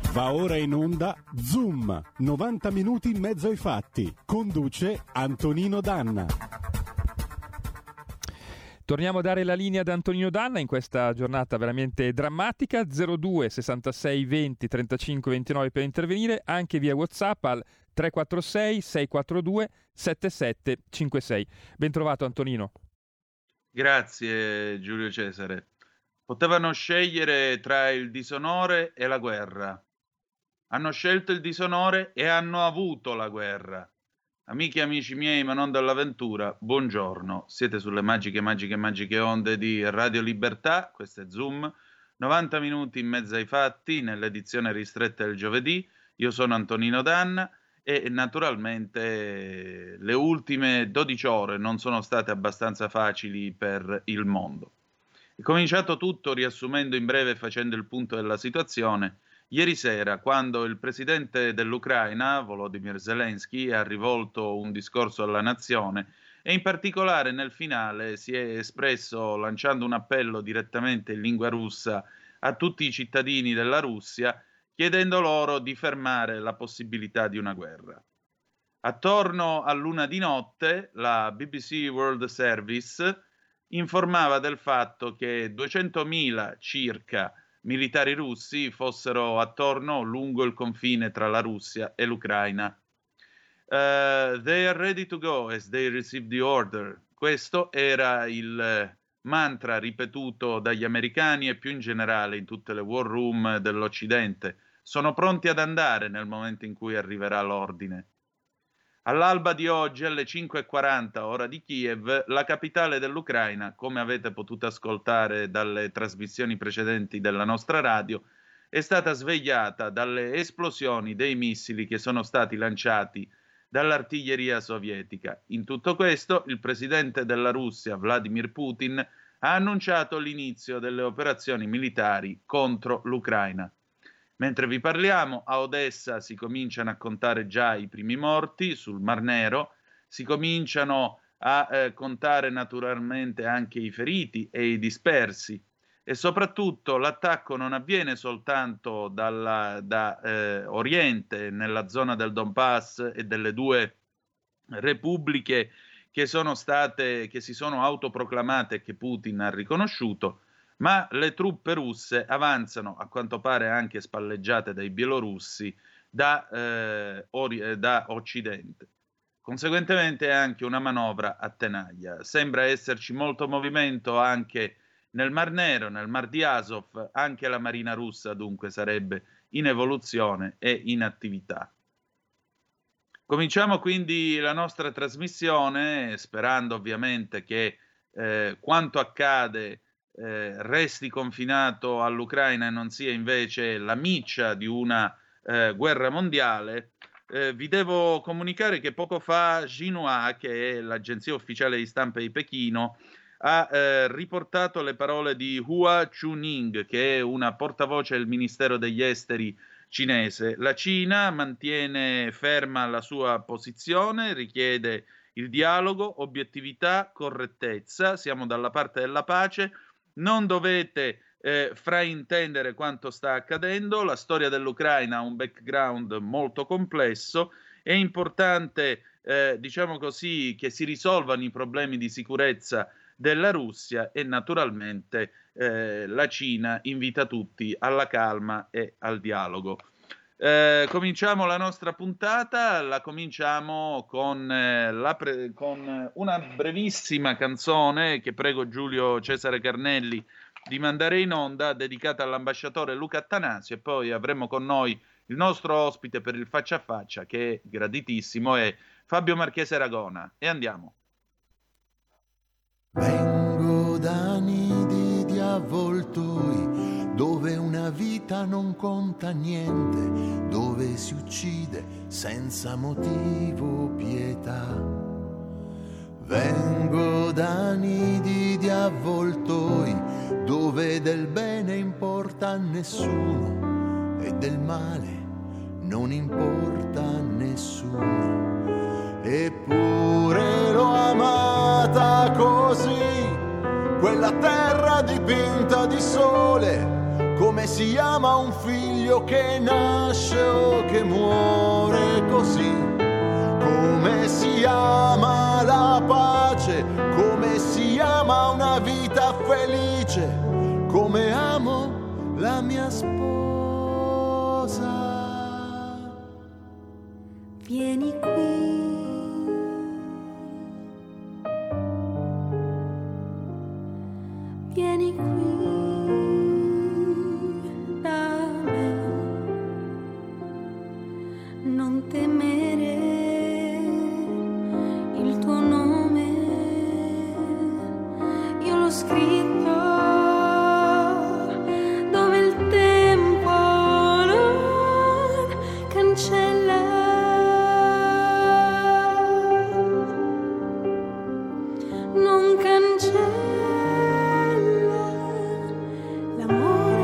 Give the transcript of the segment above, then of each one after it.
Va ora in onda Zoom, 90 minuti in mezzo ai fatti. Conduce Antonino Danna. Torniamo a dare la linea ad Antonino Danna in questa giornata veramente drammatica. 02 66 20 35 29 per intervenire, anche via WhatsApp al 346 642 7756. Ben trovato Antonino. Grazie Giulio Cesare. Potevano scegliere tra il disonore e la guerra. Hanno scelto il disonore e hanno avuto la guerra. Amiche e amici miei, ma non dall'avventura, buongiorno. Siete sulle magiche onde di Radio Libertà, questo è Zoom. 90 minuti in mezzo ai fatti, nell'edizione ristretta del giovedì. Io sono Antonino Danna e naturalmente le ultime 12 ore non sono state abbastanza facili per il mondo. È cominciato tutto riassumendo in breve e facendo il punto della situazione ieri sera, quando il presidente dell'Ucraina, Volodymyr Zelensky, ha rivolto un discorso alla nazione e in particolare nel finale si è espresso lanciando un appello direttamente in lingua russa a tutti i cittadini della Russia, chiedendo loro di fermare la possibilità di una guerra. Attorno all'1 di notte la BBC World Service informava del fatto che 200.000 circa militari russi fossero attorno lungo il confine tra la Russia e l'Ucraina. They are ready to go as they receive the order. Questo era il mantra ripetuto dagli americani e più in generale in tutte le war room dell'Occidente. Sono pronti ad andare nel momento in cui arriverà l'ordine. All'alba di oggi, alle 5:40 ora di Kiev, la capitale dell'Ucraina, come avete potuto ascoltare dalle trasmissioni precedenti della nostra radio, è stata svegliata dalle esplosioni dei missili che sono stati lanciati dall'artiglieria sovietica. In tutto questo, il presidente della Russia, Vladimir Putin, ha annunciato l'inizio delle operazioni militari contro l'Ucraina. Mentre vi parliamo, a Odessa si cominciano a contare già i primi morti sul Mar Nero, si cominciano a contare naturalmente anche i feriti e i dispersi e soprattutto l'attacco non avviene soltanto da Oriente, nella zona del Donbass e delle due repubbliche che si sono autoproclamate e che Putin ha riconosciuto, ma le truppe russe avanzano, a quanto pare anche spalleggiate dai bielorussi, da Occidente. Conseguentemente è anche una manovra a tenaglia. Sembra esserci molto movimento anche nel Mar Nero, nel Mar di Azov, anche la Marina russa dunque sarebbe in evoluzione e in attività. Cominciamo quindi la nostra trasmissione sperando ovviamente che quanto accade resti confinato all'Ucraina e non sia invece la miccia di una guerra mondiale. Vi devo comunicare che poco fa Xinhua, che è l'agenzia ufficiale di stampa di Pechino, ha riportato le parole di Hua Chunying, che è una portavoce del Ministero degli Esteri cinese. La Cina mantiene ferma la sua posizione, richiede il dialogo, obiettività, correttezza, siamo dalla parte della pace. Non dovete fraintendere quanto sta accadendo, la storia dell'Ucraina ha un background molto complesso, è importante diciamo così che si risolvano i problemi di sicurezza della Russia e naturalmente la Cina invita tutti alla calma e al dialogo. Cominciamo la nostra puntata, la cominciamo con una brevissima canzone che prego Giulio Cesare Carnelli di mandare in onda, dedicata all'ambasciatore Luca Attanasio, e poi avremo con noi il nostro ospite per il faccia a faccia, che è graditissimo, è Fabio Marchese Ragona. E andiamo. Vengo da nidi di avvoltoi, dove una vita non conta niente, dove si uccide senza motivo pietà. Vengo da nidi di avvoltoi, dove del bene importa a nessuno e del male non importa a nessuno. Eppure l'ho amata così, quella terra dipinta di sole, come si ama un figlio che nasce o che muore così, come si ama la pace, come si ama una vita felice, come amo la mia sposa. Vieni qui, vieni qui da me, non temere il tuo nome, io l'ho scritto dove il tempo non cancella. Non cancella l'amore.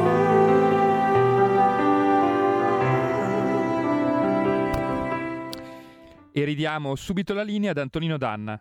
E ridiamo subito la linea ad Antonino Danna.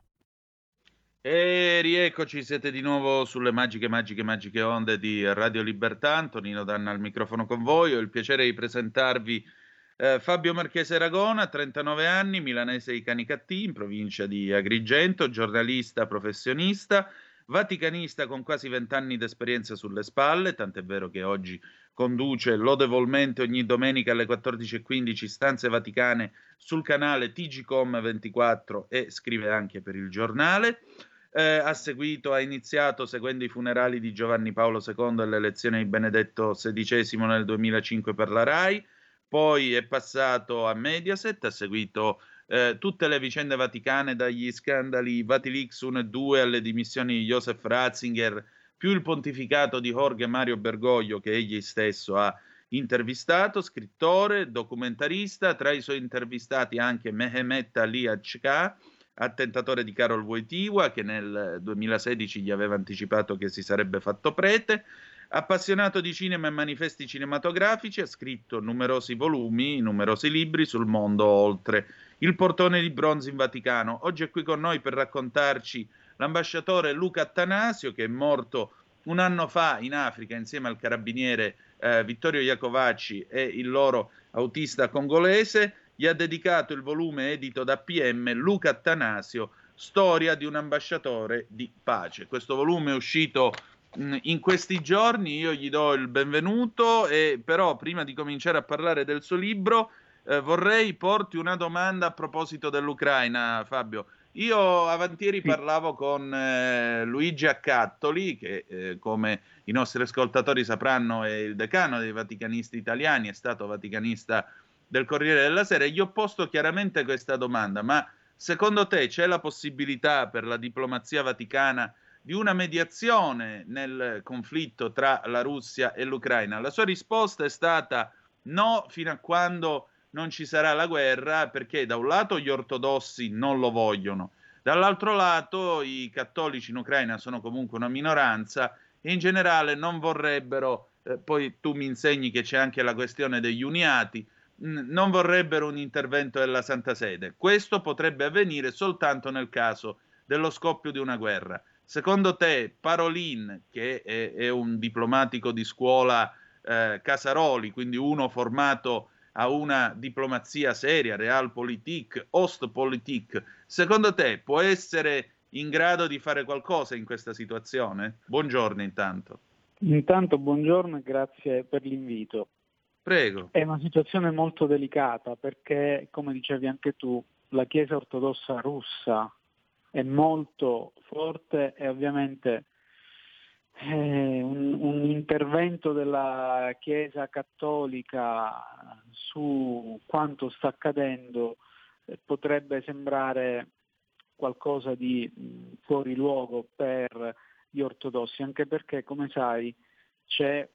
E rieccoci, siete di nuovo sulle magiche onde di Radio Libertà. Antonino Danna al microfono con voi. Ho il piacere di presentarvi Fabio Marchese Ragona, 39 anni, milanese di Canicattì, in provincia di Agrigento, giornalista professionista, vaticanista con quasi 20 anni di esperienza sulle spalle, tant'è vero che oggi conduce lodevolmente ogni domenica alle 14:15 Stanze Vaticane sul canale TGcom 24 e scrive anche per il giornale. Ha iniziato seguendo i funerali di Giovanni Paolo II e l'elezione di Benedetto XVI nel 2005 per la RAI. Poi è passato a Mediaset, ha seguito tutte le vicende vaticane, dagli scandali Vatilix 1 e 2 alle dimissioni di Joseph Ratzinger, più il pontificato di Jorge Mario Bergoglio che egli stesso ha intervistato, scrittore, documentarista, tra i suoi intervistati anche Mehmet Ali Achka, attentatore di Karol Wojtyła, che nel 2016 gli aveva anticipato che si sarebbe fatto prete. Appassionato di cinema e manifesti cinematografici, ha scritto numerosi volumi, numerosi libri sul mondo oltre il portone di bronzo in Vaticano. Oggi è qui con noi per raccontarci l'ambasciatore Luca Attanasio, che è morto un anno fa in Africa insieme al carabiniere Vittorio Iacovacci e il loro autista congolese. Gli ha dedicato il volume edito da PM Luca Attanasio, Storia di un ambasciatore di pace. Questo volume è uscito in questi giorni, io gli do il benvenuto, e però prima di cominciare a parlare del suo libro vorrei porti una domanda a proposito dell'Ucraina, Fabio. Io avantieri parlavo con Luigi Accattoli, che come i nostri ascoltatori sapranno è il decano dei vaticanisti italiani, è stato vaticanista del Corriere della Sera, e gli ho posto chiaramente questa domanda: ma secondo te c'è la possibilità per la diplomazia vaticana di una mediazione nel conflitto tra la Russia e l'Ucraina? La sua risposta è stata no, fino a quando non ci sarà la guerra, perché da un lato gli ortodossi non lo vogliono, dall'altro lato i cattolici in Ucraina sono comunque una minoranza e in generale non vorrebbero, poi tu mi insegni che c'è anche la questione degli uniati, non vorrebbero un intervento della Santa Sede. Questo potrebbe avvenire soltanto nel caso dello scoppio di una guerra. Secondo te Parolin, che è un diplomatico di scuola Casaroli, quindi uno formato a una diplomazia seria, realpolitik, ostpolitik, secondo te può essere in grado di fare qualcosa in questa situazione? Buongiorno intanto. Intanto buongiorno e grazie per l'invito. Prego. È una situazione molto delicata perché, come dicevi anche tu, la Chiesa ortodossa russa è molto forte e ovviamente un intervento della Chiesa cattolica su quanto sta accadendo potrebbe sembrare qualcosa di fuori luogo per gli ortodossi, anche perché, come sai, c'è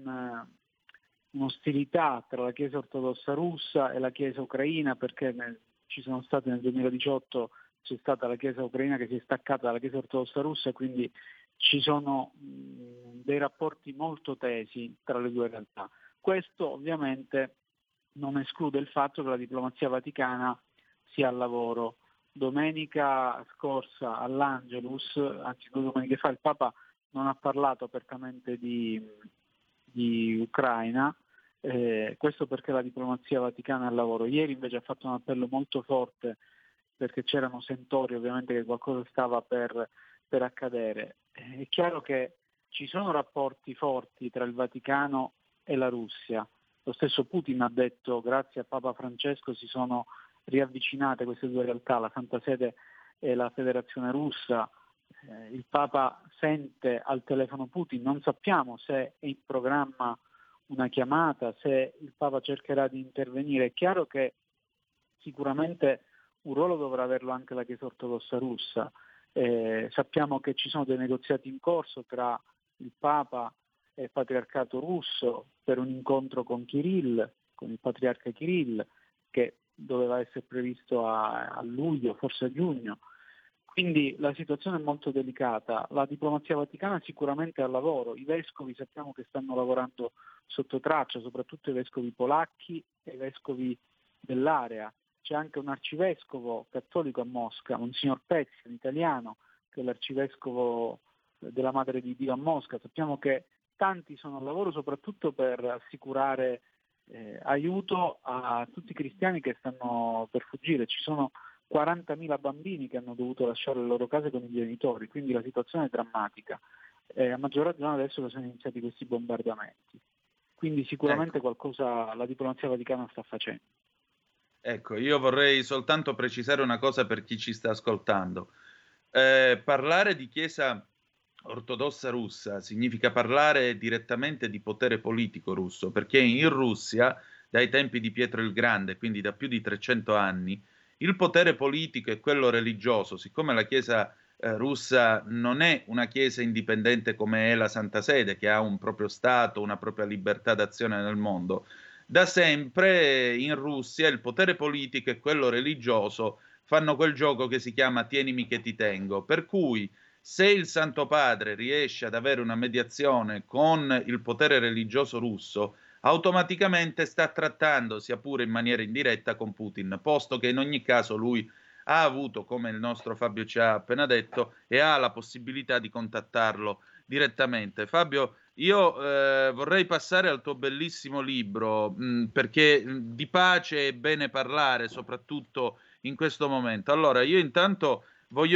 un'ostilità tra la Chiesa ortodossa russa e la Chiesa ucraina, perché ci sono state nel 2018, c'è stata la Chiesa ucraina che si è staccata dalla Chiesa ortodossa russa, quindi ci sono dei rapporti molto tesi tra le due realtà. Questo ovviamente non esclude il fatto che la diplomazia vaticana sia al lavoro. Domenica scorsa all'Angelus, anzi 2 domeniche fa, il Papa non ha parlato apertamente di di Ucraina, questo perché la diplomazia vaticana è al lavoro. Ieri invece ha fatto un appello molto forte perché c'erano sentori ovviamente che qualcosa stava per accadere. È chiaro che ci sono rapporti forti tra il Vaticano e la Russia. Lo stesso Putin ha detto grazie a Papa Francesco si sono riavvicinate queste due realtà, la Santa Sede e la Federazione Russa. Il Papa sente al telefono Putin, non sappiamo se è in programma una chiamata, se il Papa cercherà di intervenire. È chiaro che sicuramente un ruolo dovrà averlo anche la Chiesa Ortodossa russa. Sappiamo che ci sono dei negoziati in corso tra il Papa e il Patriarcato russo per un incontro con Kirill, con il Patriarca Kirill, che doveva essere previsto a luglio, forse a giugno. Quindi la situazione è molto delicata. La diplomazia vaticana sicuramente è al lavoro. I vescovi sappiamo che stanno lavorando sotto traccia, soprattutto i vescovi polacchi e i vescovi dell'area. C'è anche un arcivescovo cattolico a Mosca, Monsignor Pezzi, un italiano, che è l'arcivescovo della Madre di Dio a Mosca. Sappiamo che tanti sono al lavoro soprattutto per assicurare aiuto a tutti i cristiani che stanno per fuggire. Ci sono 40.000 bambini che hanno dovuto lasciare le loro case con i genitori, quindi la situazione è drammatica. A maggior ragione adesso che sono iniziati questi bombardamenti. Quindi sicuramente qualcosa la diplomazia vaticana sta facendo. Ecco, io vorrei soltanto precisare una cosa per chi ci sta ascoltando. Parlare di Chiesa ortodossa russa significa parlare direttamente di potere politico russo, perché in Russia, dai tempi di Pietro il Grande, quindi da più di 300 anni, il potere politico e quello religioso, siccome la Chiesa russa non è una Chiesa indipendente come è la Santa Sede, che ha un proprio Stato, una propria libertà d'azione nel mondo, da sempre in Russia il potere politico e quello religioso fanno quel gioco che si chiama tienimi che ti tengo, per cui se il Santo Padre riesce ad avere una mediazione con il potere religioso russo, automaticamente sta trattando, sia pure in maniera indiretta, con Putin, posto che in ogni caso lui ha avuto, come il nostro Fabio ci ha appena detto, e ha la possibilità di contattarlo direttamente. Fabio, io vorrei passare al tuo bellissimo libro, perché di pace è bene parlare, soprattutto in questo momento. Allora, io intanto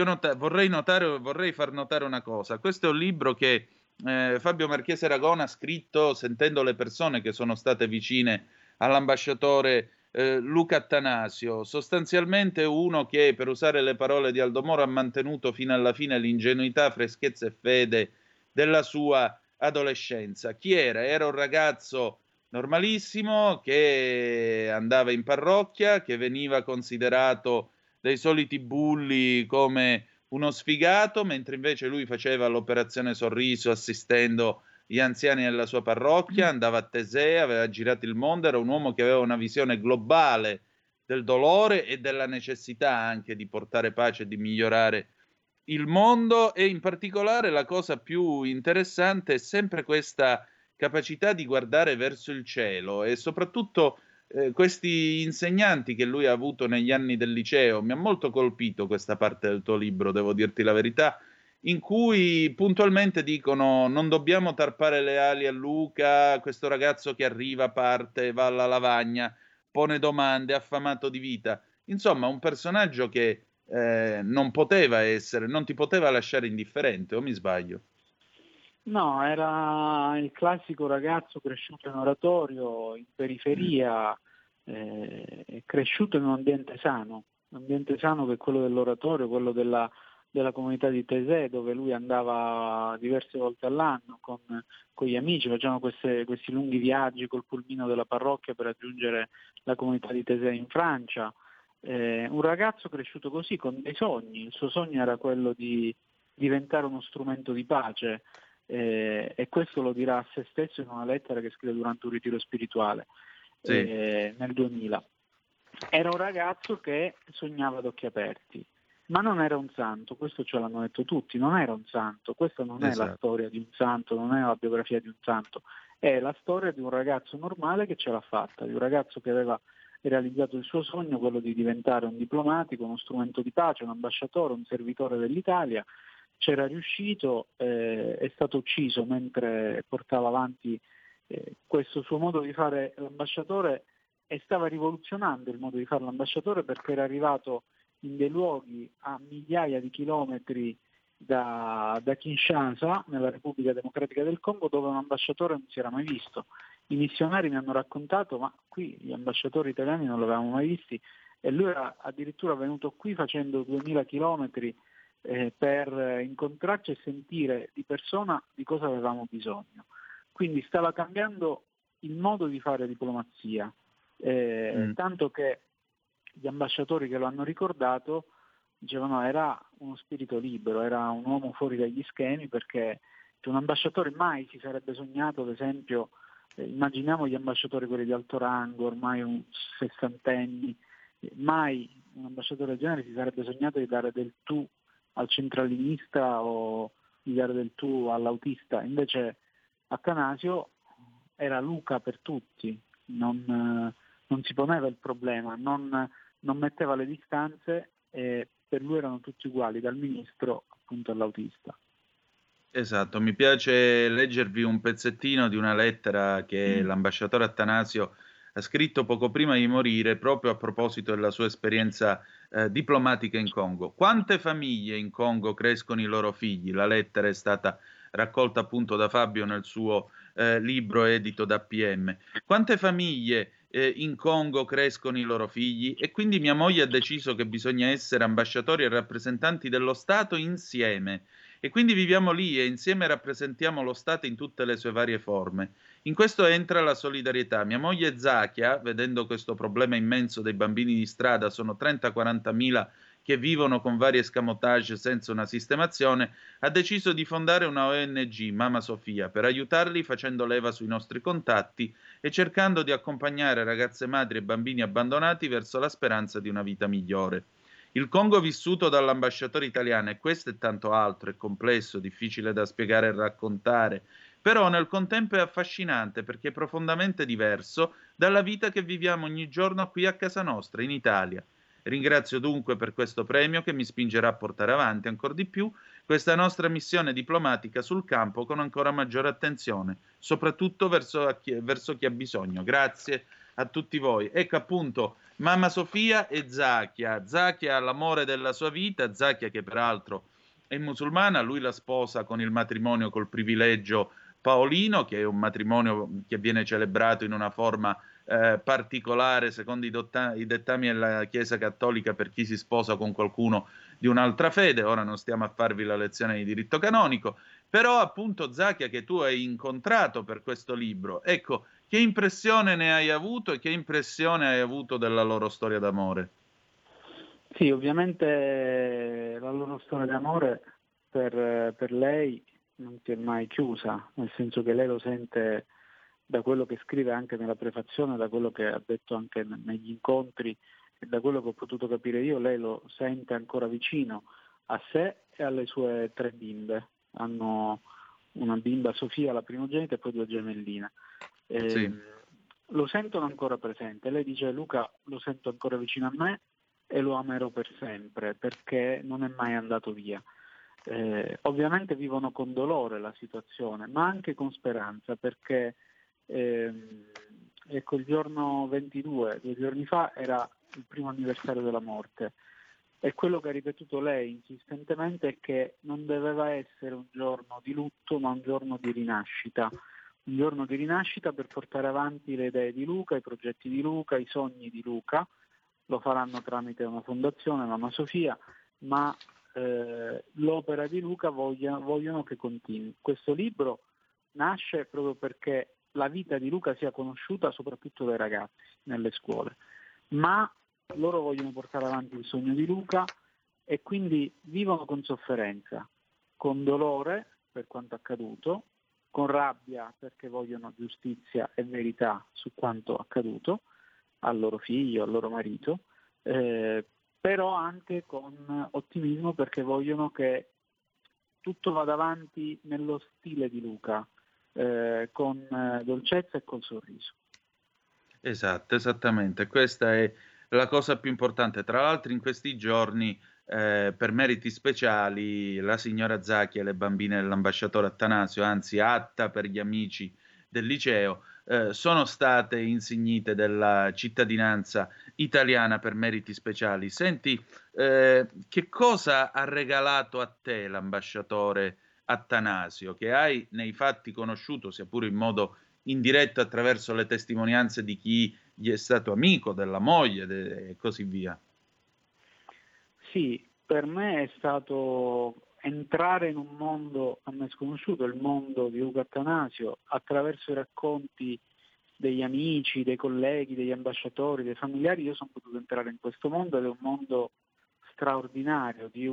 vorrei far notare una cosa. Questo è un libro che Fabio Marchese Ragona ha scritto sentendo le persone che sono state vicine all'ambasciatore Luca Attanasio, sostanzialmente uno che, per usare le parole di Aldo Moro, ha mantenuto fino alla fine l'ingenuità, freschezza e fede della sua adolescenza. Chi era? Era un ragazzo normalissimo che andava in parrocchia, che veniva considerato dai soliti bulli come uno sfigato, mentre invece lui faceva l'operazione sorriso assistendo gli anziani della sua parrocchia, andava a Teseo, aveva girato il mondo, era un uomo che aveva una visione globale del dolore e della necessità anche di portare pace e di migliorare il mondo, e in particolare la cosa più interessante è sempre questa capacità di guardare verso il cielo e soprattutto questi insegnanti che lui ha avuto negli anni del liceo. Mi ha molto colpito questa parte del tuo libro, devo dirti la verità, in cui puntualmente dicono non dobbiamo tarpare le ali a Luca, questo ragazzo che arriva, parte, va alla lavagna, pone domande, affamato di vita. Insomma, un personaggio che non poteva essere, non ti poteva lasciare indifferente, o mi sbaglio? No, era il classico ragazzo cresciuto in oratorio, in periferia, cresciuto in un ambiente sano che è quello dell'oratorio, quello della comunità di Tesè, dove lui andava diverse volte all'anno con gli amici, facevano questi lunghi viaggi col pulmino della parrocchia per raggiungere la comunità di Tesè in Francia. Un ragazzo cresciuto così, con dei sogni. Il suo sogno era quello di diventare uno strumento di pace, e questo lo dirà a se stesso in una lettera che scrive durante un ritiro spirituale nel 2000. Era un ragazzo che sognava ad occhi aperti, ma non era un santo, questo ce l'hanno detto tutti, non era un santo, questa non è la storia di un santo, non è la biografia di un santo, è la storia di un ragazzo normale che ce l'ha fatta, di un ragazzo che aveva realizzato il suo sogno, quello di diventare un diplomatico, uno strumento di pace, un ambasciatore, un servitore dell'Italia. C'era riuscito, è stato ucciso mentre portava avanti questo suo modo di fare l'ambasciatore, e stava rivoluzionando il modo di fare l'ambasciatore, perché era arrivato in dei luoghi a migliaia di chilometri da Kinshasa, nella Repubblica Democratica del Congo, dove un ambasciatore non si era mai visto. I missionari mi hanno raccontato, ma qui gli ambasciatori italiani non l'avevamo mai visti, e lui era addirittura venuto qui facendo 2000 chilometri per incontrarci e sentire di persona di cosa avevamo bisogno. Quindi stava cambiando il modo di fare diplomazia, tanto che gli ambasciatori che lo hanno ricordato dicevano era uno spirito libero, era un uomo fuori dagli schemi, perché un ambasciatore mai si sarebbe sognato, ad esempio, immaginiamo gli ambasciatori quelli di alto rango, ormai un sessantenni, mai un ambasciatore del genere si sarebbe sognato di dare del tu al centralinista o di dare del tu all'autista. Invece Attanasio era Luca per tutti, non si poneva il problema, non metteva le distanze, e per lui erano tutti uguali, dal ministro appunto all'autista. Esatto, mi piace leggervi un pezzettino di una lettera che l'ambasciatore Attanasio ha scritto poco prima di morire, proprio a proposito della sua esperienza diplomatica in Congo. Quante famiglie in Congo crescono i loro figli? La lettera è stata raccolta appunto da Fabio nel suo libro edito da PM. Quante famiglie in Congo crescono i loro figli? E quindi mia moglie ha deciso che bisogna essere ambasciatori e rappresentanti dello Stato insieme. E quindi viviamo lì e insieme rappresentiamo lo Stato in tutte le sue varie forme. In questo entra la solidarietà. Mia moglie Zakia, vedendo questo problema immenso dei bambini di strada, sono 30-40 mila che vivono con vari escamotage senza una sistemazione, ha deciso di fondare una ONG, Mama Sofia, per aiutarli facendo leva sui nostri contatti e cercando di accompagnare ragazze madri e bambini abbandonati verso la speranza di una vita migliore. Il Congo vissuto dall'ambasciatore italiano, e questo e tanto altro, è complesso, difficile da spiegare e raccontare, però nel contempo è affascinante perché è profondamente diverso dalla vita che viviamo ogni giorno qui a casa nostra, in Italia. Ringrazio dunque per questo premio che mi spingerà a portare avanti ancora di più questa nostra missione diplomatica sul campo con ancora maggiore attenzione, soprattutto verso chi ha bisogno. Grazie a tutti voi. Ecco appunto Mamma Sofia e Zakia. Zakia, l'amore della sua vita, Zakia che peraltro è musulmana, lui la sposa con il matrimonio col privilegio paolino, che è un matrimonio che viene celebrato in una forma particolare secondo i dettami della Chiesa Cattolica per chi si sposa con qualcuno di un'altra fede. Ora non stiamo a farvi la lezione di diritto canonico, però appunto Zakia, che tu hai incontrato per questo libro, ecco, che impressione ne hai avuto e che impressione hai avuto della loro storia d'amore? Sì, ovviamente la loro storia d'amore per lei non si è mai chiusa, nel senso che lei lo sente da quello che scrive anche nella prefazione, da quello che ha detto anche negli incontri e da quello che ho potuto capire io, lei lo sente ancora vicino a sé e alle sue 3 bimbe. Hanno una bimba, Sofia, la primogenita, e poi 2 gemelline. Sì. Lo sentono ancora presente. Lei dice: Luca, lo sento ancora vicino a me e lo amerò per sempre, perché non è mai andato via. Ovviamente vivono con dolore la situazione, ma anche con speranza, perché ecco, il giorno 22, 2 giorni fa, era il primo anniversario della morte, e quello che ha ripetuto lei insistentemente è che non doveva essere un giorno di lutto, ma un giorno di rinascita. Un giorno di rinascita per portare avanti le idee di Luca, i progetti di Luca, i sogni di Luca. Lo faranno tramite una fondazione, Mamma Sofia, ma l'opera di Luca vogliono che continui. Questo libro nasce proprio perché la vita di Luca sia conosciuta soprattutto dai ragazzi nelle scuole, ma loro vogliono portare avanti il sogno di Luca e quindi vivono con sofferenza, con dolore per quanto accaduto, con rabbia perché vogliono giustizia e verità su quanto accaduto al loro figlio, al loro marito, però anche con ottimismo perché vogliono che tutto vada avanti nello stile di Luca, con dolcezza e col sorriso. Esatto, esattamente. Questa è la cosa più importante. Tra l'altro in questi giorni, per meriti speciali, la signora Zacchi e le bambine dell'ambasciatore Attanasio, anzi Atta per gli amici del liceo, sono state insignite della cittadinanza italiana per meriti speciali. Senti, che cosa ha regalato a te l'ambasciatore Attanasio, che hai nei fatti conosciuto, sia pure in modo indiretto attraverso le testimonianze di chi gli è stato amico, della moglie e così via? Sì, per me è stato entrare in un mondo a me sconosciuto, il mondo di Ugo Attanasio, attraverso i racconti degli amici, dei colleghi, degli ambasciatori, dei familiari. Io sono potuto entrare in questo mondo ed è un mondo straordinario, di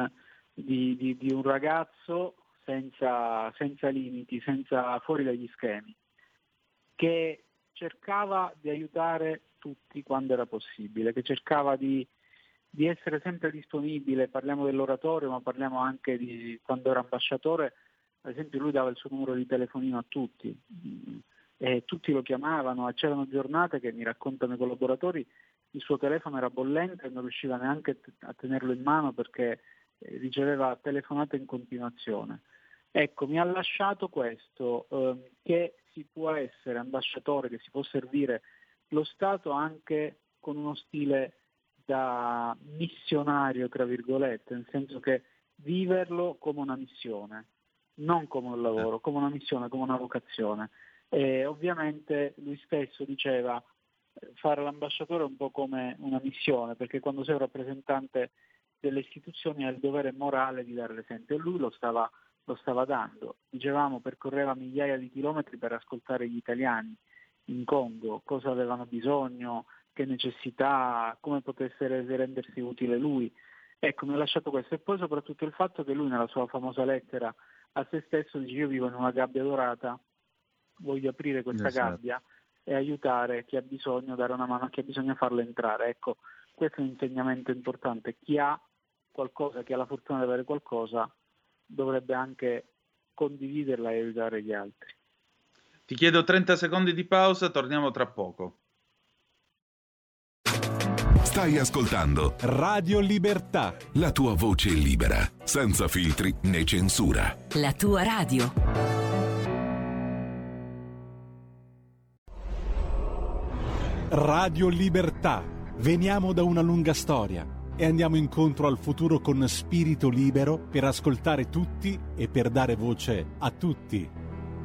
un ragazzo senza limiti, fuori dagli schemi, che cercava di aiutare tutti quando era possibile, che cercava di essere sempre disponibile. Parliamo dell'oratorio, ma parliamo anche di quando era ambasciatore. Ad esempio lui dava il suo numero di telefonino a tutti e tutti lo chiamavano, e c'erano giornate che, mi raccontano i collaboratori, il suo telefono era bollente e non riusciva neanche a tenerlo in mano perché riceveva telefonate in continuazione. Ecco, mi ha lasciato questo, che si può essere ambasciatore, che si può servire lo Stato anche con uno stile da missionario, tra virgolette, nel senso che viverlo come una missione, non come un lavoro, come una missione, come una vocazione. E ovviamente lui stesso diceva fare l'ambasciatore è un po' come una missione, perché quando sei un rappresentante delle istituzioni hai il dovere morale di dare l'esempio, e lui lo stava dando. Dicevamo, percorreva migliaia di chilometri per ascoltare gli italiani in Congo, cosa avevano bisogno, che necessità, come potesse rendersi utile lui. Ecco, mi ha lasciato questo. E poi soprattutto il fatto che lui nella sua famosa lettera a se stesso dice: io vivo in una gabbia dorata, voglio aprire questa gabbia e aiutare chi ha bisogno, dare una mano a chi ha bisogno, farlo entrare. Ecco, questo è un insegnamento importante. Chi ha qualcosa, chi ha la fortuna di avere qualcosa, dovrebbe anche condividerla e aiutare gli altri. Ti chiedo 30 secondi di pausa, torniamo tra poco. Stai ascoltando Radio Libertà, la tua voce libera, senza filtri né censura. La tua radio. Radio Libertà. Veniamo da una lunga storia e andiamo incontro al futuro con spirito libero per ascoltare tutti e per dare voce a tutti.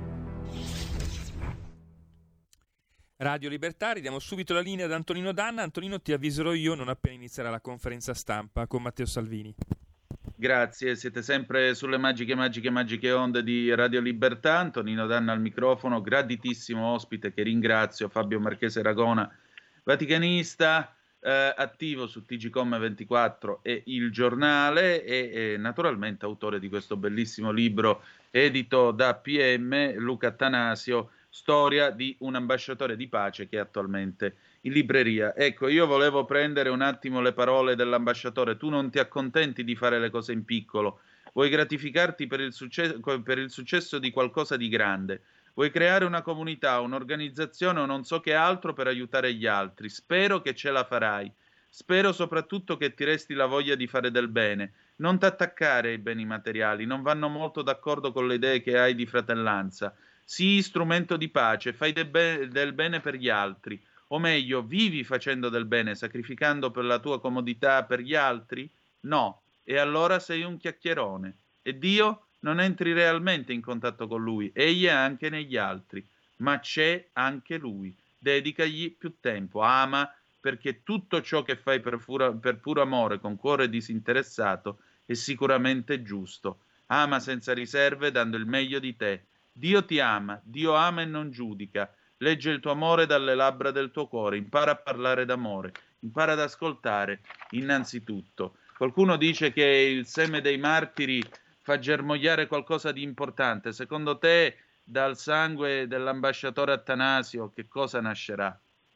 Radio Libertà, ridiamo subito la linea ad Antonino Danna. Antonino, ti avviserò io non appena inizierà la conferenza stampa con Matteo Salvini. Grazie, siete sempre sulle magiche onde di Radio Libertà. Antonino Danna al microfono, graditissimo ospite che ringrazio, Fabio Marchese Ragona, vaticanista, attivo su TGcom24 e Il Giornale e naturalmente autore di questo bellissimo libro edito da PM, Luca Attanasio, Storia di un ambasciatore di pace, che è attualmente in libreria. Ecco, io volevo prendere un attimo le parole dell'ambasciatore. Tu non ti accontenti di fare le cose in piccolo, vuoi gratificarti per il successo di qualcosa di grande, vuoi creare una comunità, un'organizzazione o non so che altro per aiutare gli altri. Spero che ce la farai. Spero soprattutto che ti resti la voglia di fare del bene. Non t'attaccare ai beni materiali, non vanno molto d'accordo con le idee che hai di fratellanza. Sii strumento di pace, fai del bene per gli altri, o meglio, vivi facendo del bene, sacrificando per la tua comodità per gli altri? No, e allora sei un chiacchierone. E Dio? Non entri realmente in contatto con Lui, egli è anche negli altri, ma c'è anche Lui. Dedicagli più tempo, ama, perché tutto ciò che fai per puro amore, con cuore disinteressato, è sicuramente giusto. Ama senza riserve, dando il meglio di te. Dio ti ama, Dio ama e non giudica. Legge il tuo amore dalle labbra del tuo cuore, impara a parlare d'amore, impara ad ascoltare innanzitutto. Qualcuno dice che il seme dei martiri fa germogliare qualcosa di importante. Secondo te, dal sangue dell'ambasciatore Attanasio, che cosa nascerà?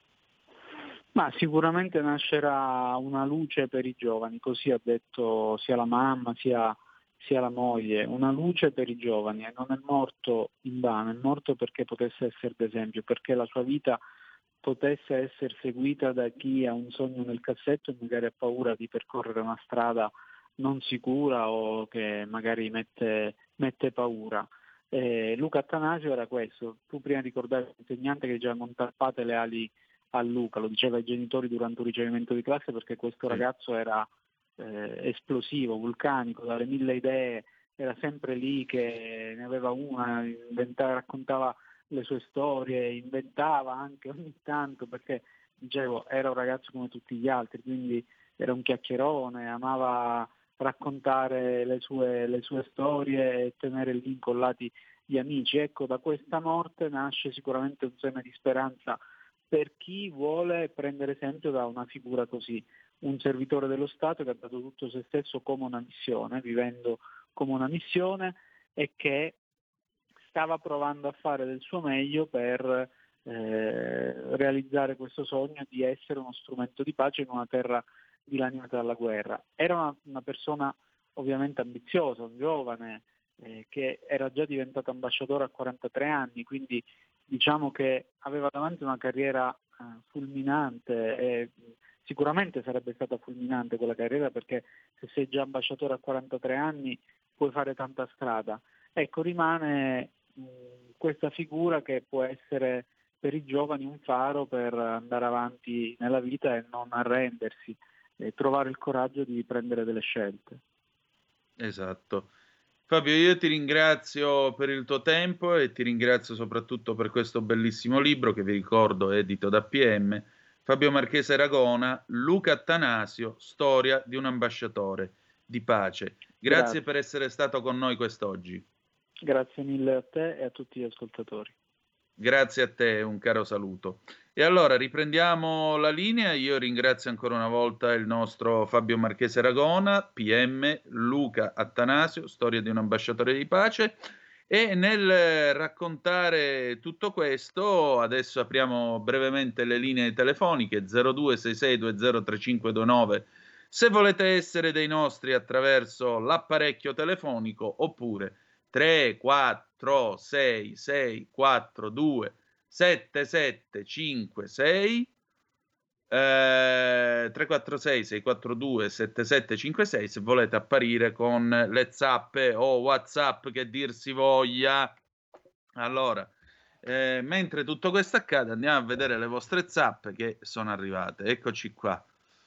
Ma sicuramente nascerà una luce per i giovani, così ha detto sia la mamma sia la moglie, una luce per i giovani, e non è morto invano, è morto perché potesse essere d'esempio, perché la sua vita potesse essere seguita da chi ha un sogno nel cassetto e magari ha paura di percorrere una strada non sicura o che magari mette paura. Luca Attanasio era questo. Tu prima ricordavi l'insegnante che diceva non tappate le ali a Luca, lo diceva ai genitori durante un ricevimento di classe, perché questo ragazzo era esplosivo, vulcanico, dalle 1000 idee, era sempre lì che ne aveva una, raccontava le sue storie, inventava anche ogni tanto, perché dicevo era un ragazzo come tutti gli altri, quindi era un chiacchierone, amava raccontare le sue storie e tenere lì incollati gli amici. Ecco, da questa morte nasce sicuramente un seme di speranza per chi vuole prendere esempio da una figura così, un servitore dello Stato che ha dato tutto se stesso come una missione, vivendo come una missione, e che stava provando a fare del suo meglio per realizzare questo sogno di essere uno strumento di pace in una terra dilaniata dalla guerra. Era una persona ovviamente ambiziosa, un giovane che era già diventato ambasciatore a 43 anni, quindi diciamo che aveva davanti una carriera fulminante, e sicuramente sarebbe stata fulminante quella carriera, perché se sei già ambasciatore a 43 anni puoi fare tanta strada. Ecco, rimane questa figura che può essere per i giovani un faro per andare avanti nella vita e non arrendersi, e trovare il coraggio di prendere delle scelte. Esatto. Fabio, io ti ringrazio per il tuo tempo e ti ringrazio soprattutto per questo bellissimo libro che vi ricordo è edito da PM. Fabio Marchese Ragona, Luca Attanasio, Storia di un ambasciatore di pace. Grazie per essere stato con noi quest'oggi. Grazie mille a te e a tutti gli ascoltatori. Grazie a te, un caro saluto. E allora riprendiamo la linea. Io ringrazio ancora una volta il nostro Fabio Marchese Ragona, PM, Luca Attanasio, Storia di un ambasciatore di pace. E nel raccontare tutto questo, adesso apriamo brevemente le linee telefoniche 0266203529 se volete essere dei nostri attraverso l'apparecchio telefonico, oppure 3, 4, 6, 6, 4, 2, 7, 7, 5, 6, 346 642 7756 se volete apparire con le zappe o WhatsApp che dir si voglia. Allora, mentre tutto questo accade, andiamo a vedere le vostre zappe che sono arrivate. Eccoci qua.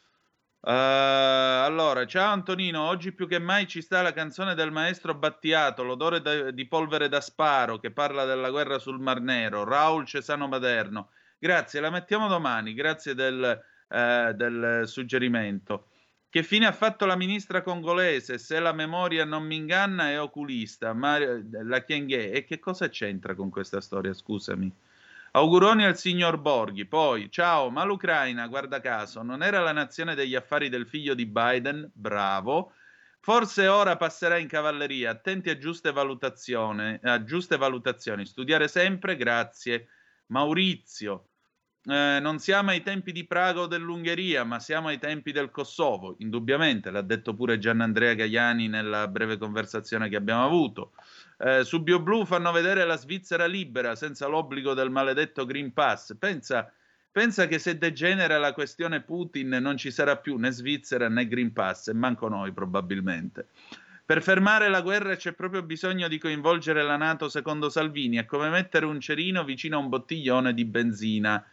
Allora, ciao Antonino, oggi più che mai ci sta la canzone del maestro Battiato, l'odore di polvere da sparo, che parla della guerra sul Mar Nero, Raul Cesano Maderno. Grazie, la mettiamo domani, grazie del suggerimento. Che fine ha fatto la ministra congolese? Se la memoria non mi inganna è oculista, ma la Kyenge, e che cosa c'entra con questa storia, scusami? Auguroni al signor Borghi. Poi, ciao, ma l'Ucraina, guarda caso, non era la nazione degli affari del figlio di Biden? Bravo. Forse ora passerà in cavalleria. Attenti a giuste valutazioni. Studiare sempre, grazie. Maurizio. Non siamo ai tempi di Praga o dell'Ungheria, ma siamo ai tempi del Kosovo, indubbiamente, l'ha detto pure Gianandrea Gaiani nella breve conversazione che abbiamo avuto. Su BioBlue fanno vedere la Svizzera libera, senza l'obbligo del maledetto Green Pass. Pensa che se degenera la questione Putin non ci sarà più né Svizzera né Green Pass, e manco noi probabilmente. Per fermare la guerra c'è proprio bisogno di coinvolgere la NATO, secondo Salvini, è come mettere un cerino vicino a un bottiglione di benzina.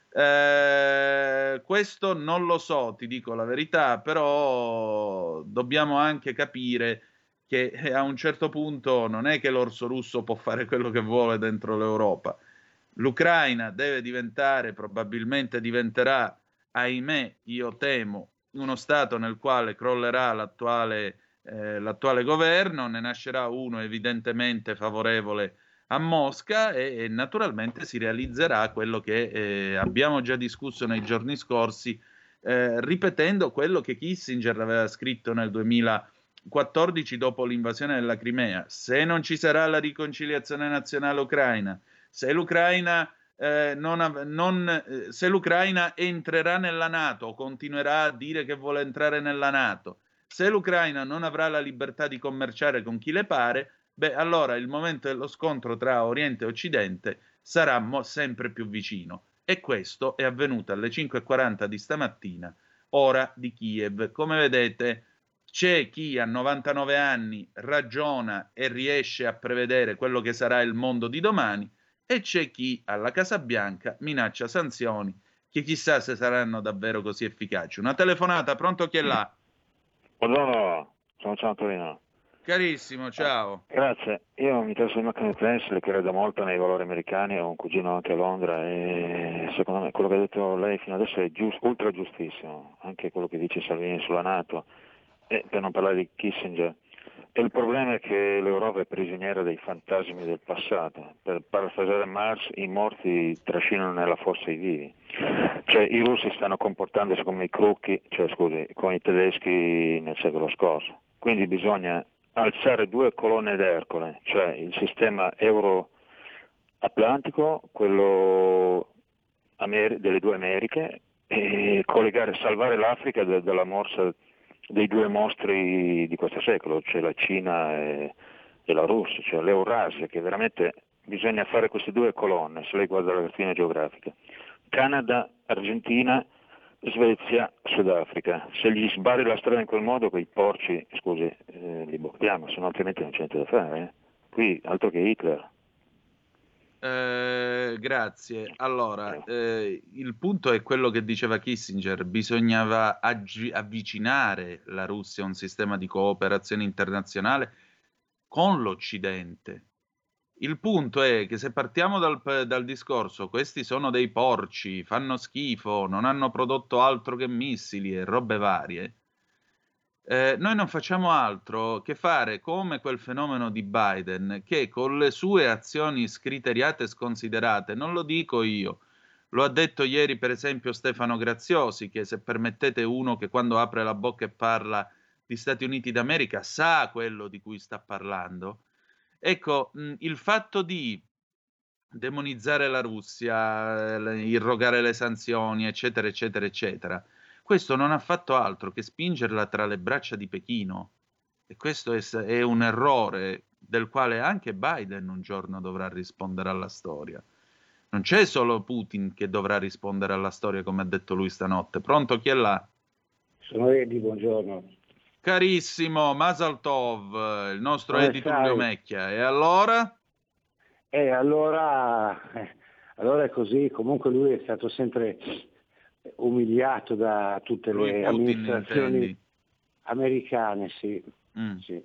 Questo non lo so, ti dico la verità, però dobbiamo anche capire che a un certo punto non è che l'orso russo può fare quello che vuole dentro l'Europa. L'Ucraina deve diventare, probabilmente diventerà, ahimè, io temo, uno stato nel quale crollerà l'attuale governo, ne nascerà uno evidentemente favorevole a Mosca e naturalmente si realizzerà quello che abbiamo già discusso nei giorni scorsi, ripetendo quello che Kissinger aveva scritto nel 2014 dopo l'invasione della Crimea. Se non ci sarà la riconciliazione nazionale ucraina, se l'Ucraina se l'Ucraina entrerà nella NATO o continuerà a dire che vuole entrare nella NATO, se l'Ucraina non avrà la libertà di commerciare con chi le pare, allora il momento dello scontro tra Oriente e Occidente sarà sempre più vicino. E questo è avvenuto alle 5:40 di stamattina, ora di Kiev. Come vedete, C'è chi a 99 anni ragiona e riesce a prevedere quello che sarà il mondo di domani, e c'è chi alla Casa Bianca minaccia sanzioni che chissà se saranno davvero così efficaci. Una telefonata, pronto, chi è là? Buongiorno, sono Ciao Torino. Carissimo, ciao. Grazie, io mi interesso di macchine Tesla, credo molto nei valori americani, ho un cugino anche a Londra e secondo me quello che ha detto lei fino adesso è ultra giustissimo, anche quello che dice Salvini sulla NATO, e per non parlare di Kissinger. E il problema è che l'Europa è prigioniera dei fantasmi del passato. Per parafrasare Marx, i morti trascinano nella fossa i vivi. Cioè i russi stanno comportandosi come i crocchi, come i tedeschi nel secolo scorso. Quindi bisogna alzare 2 colonne d'Ercole, cioè il sistema euro-atlantico, quello delle 2 Americhe, e collegare, salvare l'Africa dalla morsa dei 2 mostri di questo secolo, cioè la Cina e la Russia, cioè l'Eurasia, che veramente bisogna fare queste 2 colonne, se lei guarda la cartina geografica. Canada, Argentina, Svezia, Sudafrica. Se gli sbarri la strada in quel modo, quei porci, li bocchiamo, se no altrimenti non c'è niente da fare. Qui altro che Hitler. Grazie. Allora, il punto è quello che diceva Kissinger: bisognava avvicinare la Russia a un sistema di cooperazione internazionale con l'Occidente. Il punto è che se partiamo dal discorso questi sono dei porci, fanno schifo, non hanno prodotto altro che missili e robe varie, noi non facciamo altro che fare come quel fenomeno di Biden, che con le sue azioni scriteriate e sconsiderate, non lo dico io, lo ha detto ieri per esempio Stefano Graziosi, che se permettete uno che quando apre la bocca e parla di Stati Uniti d'America sa quello di cui sta parlando. Ecco, il fatto di demonizzare la Russia, irrogare le sanzioni, eccetera, eccetera, eccetera, questo non ha fatto altro che spingerla tra le braccia di Pechino, e questo è un errore del quale anche Biden un giorno dovrà rispondere alla storia. Non c'è solo Putin che dovrà rispondere alla storia, come ha detto lui stanotte. Pronto, chi è là? Sono Edi, buongiorno. Carissimo, Masal Tov, il nostro Come Edi stai? Tullio Mecchia. E allora? Allora è così, comunque lui è stato sempre umiliato da tutte Lui le Putin, amministrazioni intendi? americane, sì. Sì.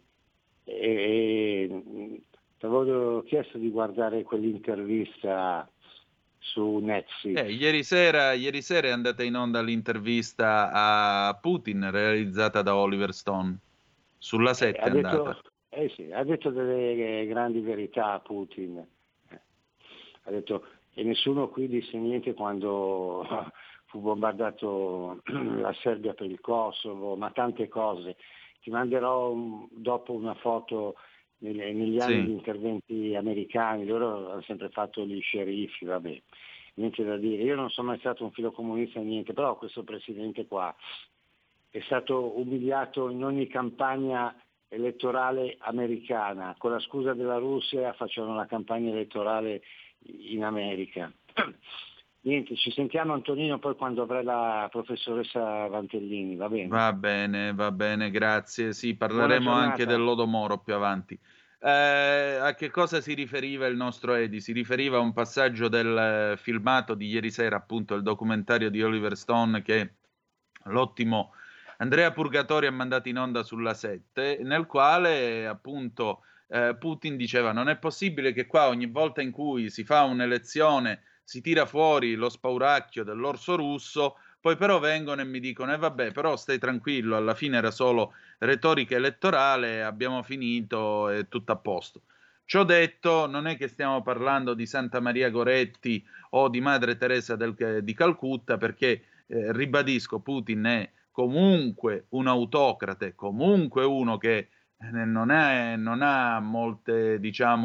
E ti avevo chiesto di guardare quell'intervista su Netflix. Ieri sera è andata in onda l'intervista a Putin realizzata da Oliver Stone. Sulla 7 è andata. Ha detto delle grandi verità a Putin. Ha detto, e nessuno qui disse niente quando fu bombardato la Serbia per il Kosovo, ma tante cose. Ti manderò dopo una foto negli anni di interventi americani, loro hanno sempre fatto gli sceriffi, vabbè, niente da dire. Io non sono mai stato un filo comunista, niente, però questo presidente qua è stato umiliato in ogni campagna elettorale americana. Con la scusa della Russia facevano la campagna elettorale in America. Niente, ci sentiamo Antonino poi quando avrai la professoressa Vantellini, va bene? Va bene, grazie. Sì, parleremo anche dell'Odomoro più avanti. A che cosa si riferiva il nostro Edi? Si riferiva a un passaggio del filmato di ieri sera, appunto il documentario di Oliver Stone che l'ottimo Andrea Purgatori ha mandato in onda sulla 7, nel quale appunto Putin diceva: non è possibile che qua ogni volta in cui si fa un'elezione si tira fuori lo spauracchio dell'orso russo, poi però vengono e mi dicono vabbè, però stai tranquillo, alla fine era solo retorica elettorale, abbiamo finito, è tutto a posto. Ciò detto, non è che stiamo parlando di Santa Maria Goretti o di Madre Teresa di Calcutta, perché ribadisco, Putin è comunque un autocrate, comunque uno che non ha molte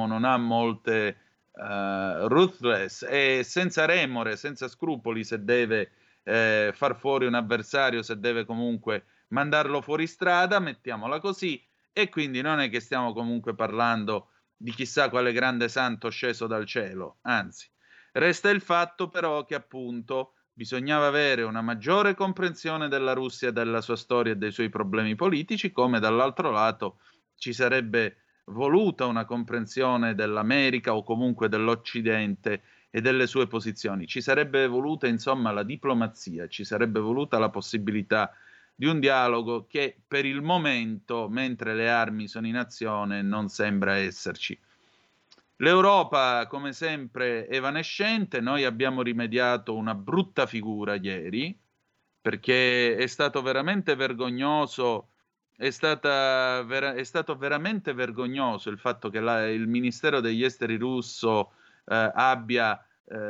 ruthless, e senza remore, senza scrupoli, se deve far fuori un avversario, se deve comunque mandarlo fuori strada, mettiamola così, e quindi non è che stiamo comunque parlando di chissà quale grande santo sceso dal cielo, anzi. Resta il fatto però che appunto bisognava avere una maggiore comprensione della Russia, della sua storia e dei suoi problemi politici, come dall'altro lato ci sarebbe voluta una comprensione dell'America o comunque dell'Occidente e delle sue posizioni. Ci sarebbe voluta, insomma, la diplomazia, ci sarebbe voluta la possibilità di un dialogo che per il momento, mentre le armi sono in azione, non sembra esserci. L'Europa, come sempre, evanescente. Noi abbiamo rimediato una brutta figura ieri, perché è stato veramente vergognoso, è stato veramente vergognoso il fatto che il Ministero degli Esteri russo abbia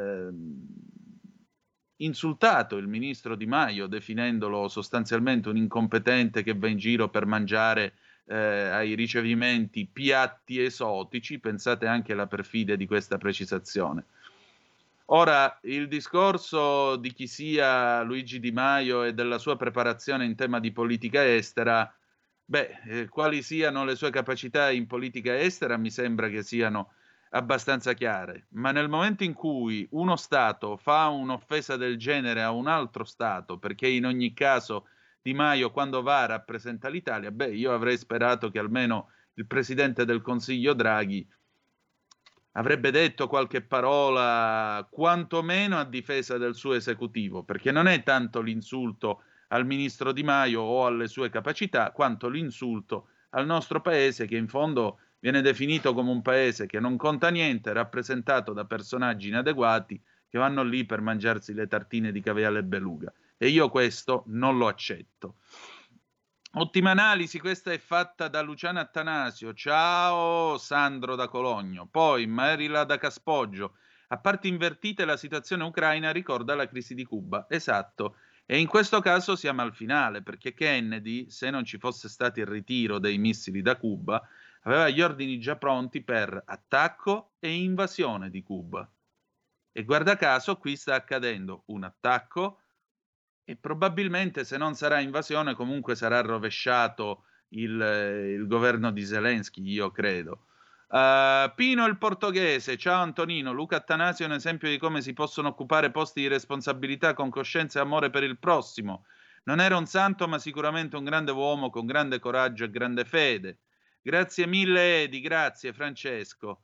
insultato il ministro Di Maio, definendolo sostanzialmente un incompetente che va in giro per mangiare ai ricevimenti piatti esotici. Pensate anche alla perfidia di questa precisazione. Ora, il discorso di chi sia Luigi Di Maio e della sua preparazione in tema di politica estera, quali siano le sue capacità in politica estera mi sembra che siano abbastanza chiare, ma nel momento in cui uno Stato fa un'offesa del genere a un altro Stato, perché in ogni caso Di Maio quando va rappresenta l'Italia, io avrei sperato che almeno il Presidente del Consiglio Draghi avrebbe detto qualche parola quantomeno a difesa del suo esecutivo, perché non è tanto l'insulto al ministro Di Maio o alle sue capacità, quanto l'insulto al nostro paese, che in fondo viene definito come un paese che non conta niente, rappresentato da personaggi inadeguati che vanno lì per mangiarsi le tartine di caviale e beluga. E io questo non lo accetto. Ottima analisi, questa è fatta da Luciano Attanasio. Ciao Sandro da Cologno. Poi Marila da Caspoggio. A parti invertite la situazione ucraina ricorda la crisi di Cuba. Esatto. E in questo caso siamo al finale, perché Kennedy, se non ci fosse stato il ritiro dei missili da Cuba, aveva gli ordini già pronti per attacco e invasione di Cuba. E guarda caso qui sta accadendo un attacco e probabilmente, se non sarà invasione, comunque sarà rovesciato il governo di Zelensky, io credo. Pino il portoghese, ciao Antonino. Luca Attanasio è un esempio di come si possono occupare posti di responsabilità con coscienza e amore per il prossimo. Non era un santo, ma sicuramente un grande uomo con grande coraggio e grande fede. Grazie mille Edi, grazie Francesco.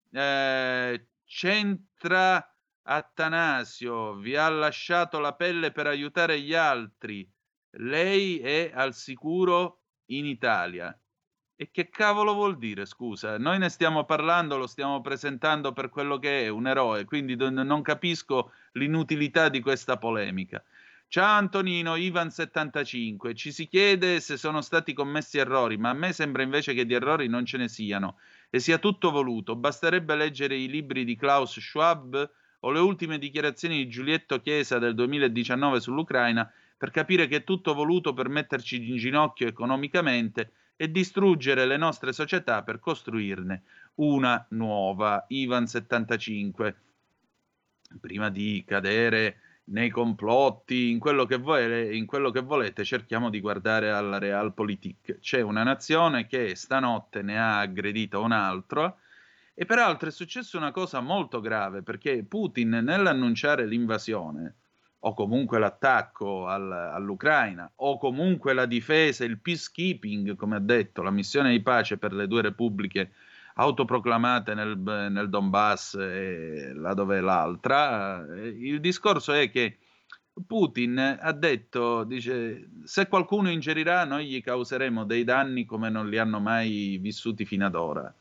Centra Attanasio, vi ha lasciato la pelle per aiutare gli altri. Lei è al sicuro in Italia. E che cavolo vuol dire, scusa? Noi ne stiamo parlando, lo stiamo presentando per quello che è, un eroe, quindi non capisco l'inutilità di questa polemica. Ciao Antonino, Ivan75, ci si chiede se sono stati commessi errori, ma a me sembra invece che di errori non ce ne siano e sia tutto voluto. Basterebbe leggere i libri di Klaus Schwab o le ultime dichiarazioni di Giulietto Chiesa del 2019 sull'Ucraina per capire che è tutto voluto per metterci in ginocchio economicamente e distruggere le nostre società per costruirne una nuova. Ivan75, prima di cadere nei complotti, in quello che volete, cerchiamo di guardare alla realpolitik. C'è una nazione che stanotte ne ha aggredita un altro, e peraltro è successa una cosa molto grave, perché Putin, nell'annunciare l'invasione, o comunque l'attacco all'Ucraina, o comunque la difesa, il peacekeeping, come ha detto, la missione di pace per le due repubbliche autoproclamate nel Donbass e là dove è l'altra, il discorso è che Putin ha detto, dice, se qualcuno ingerirà noi gli causeremo dei danni come non li hanno mai vissuti fino ad ora.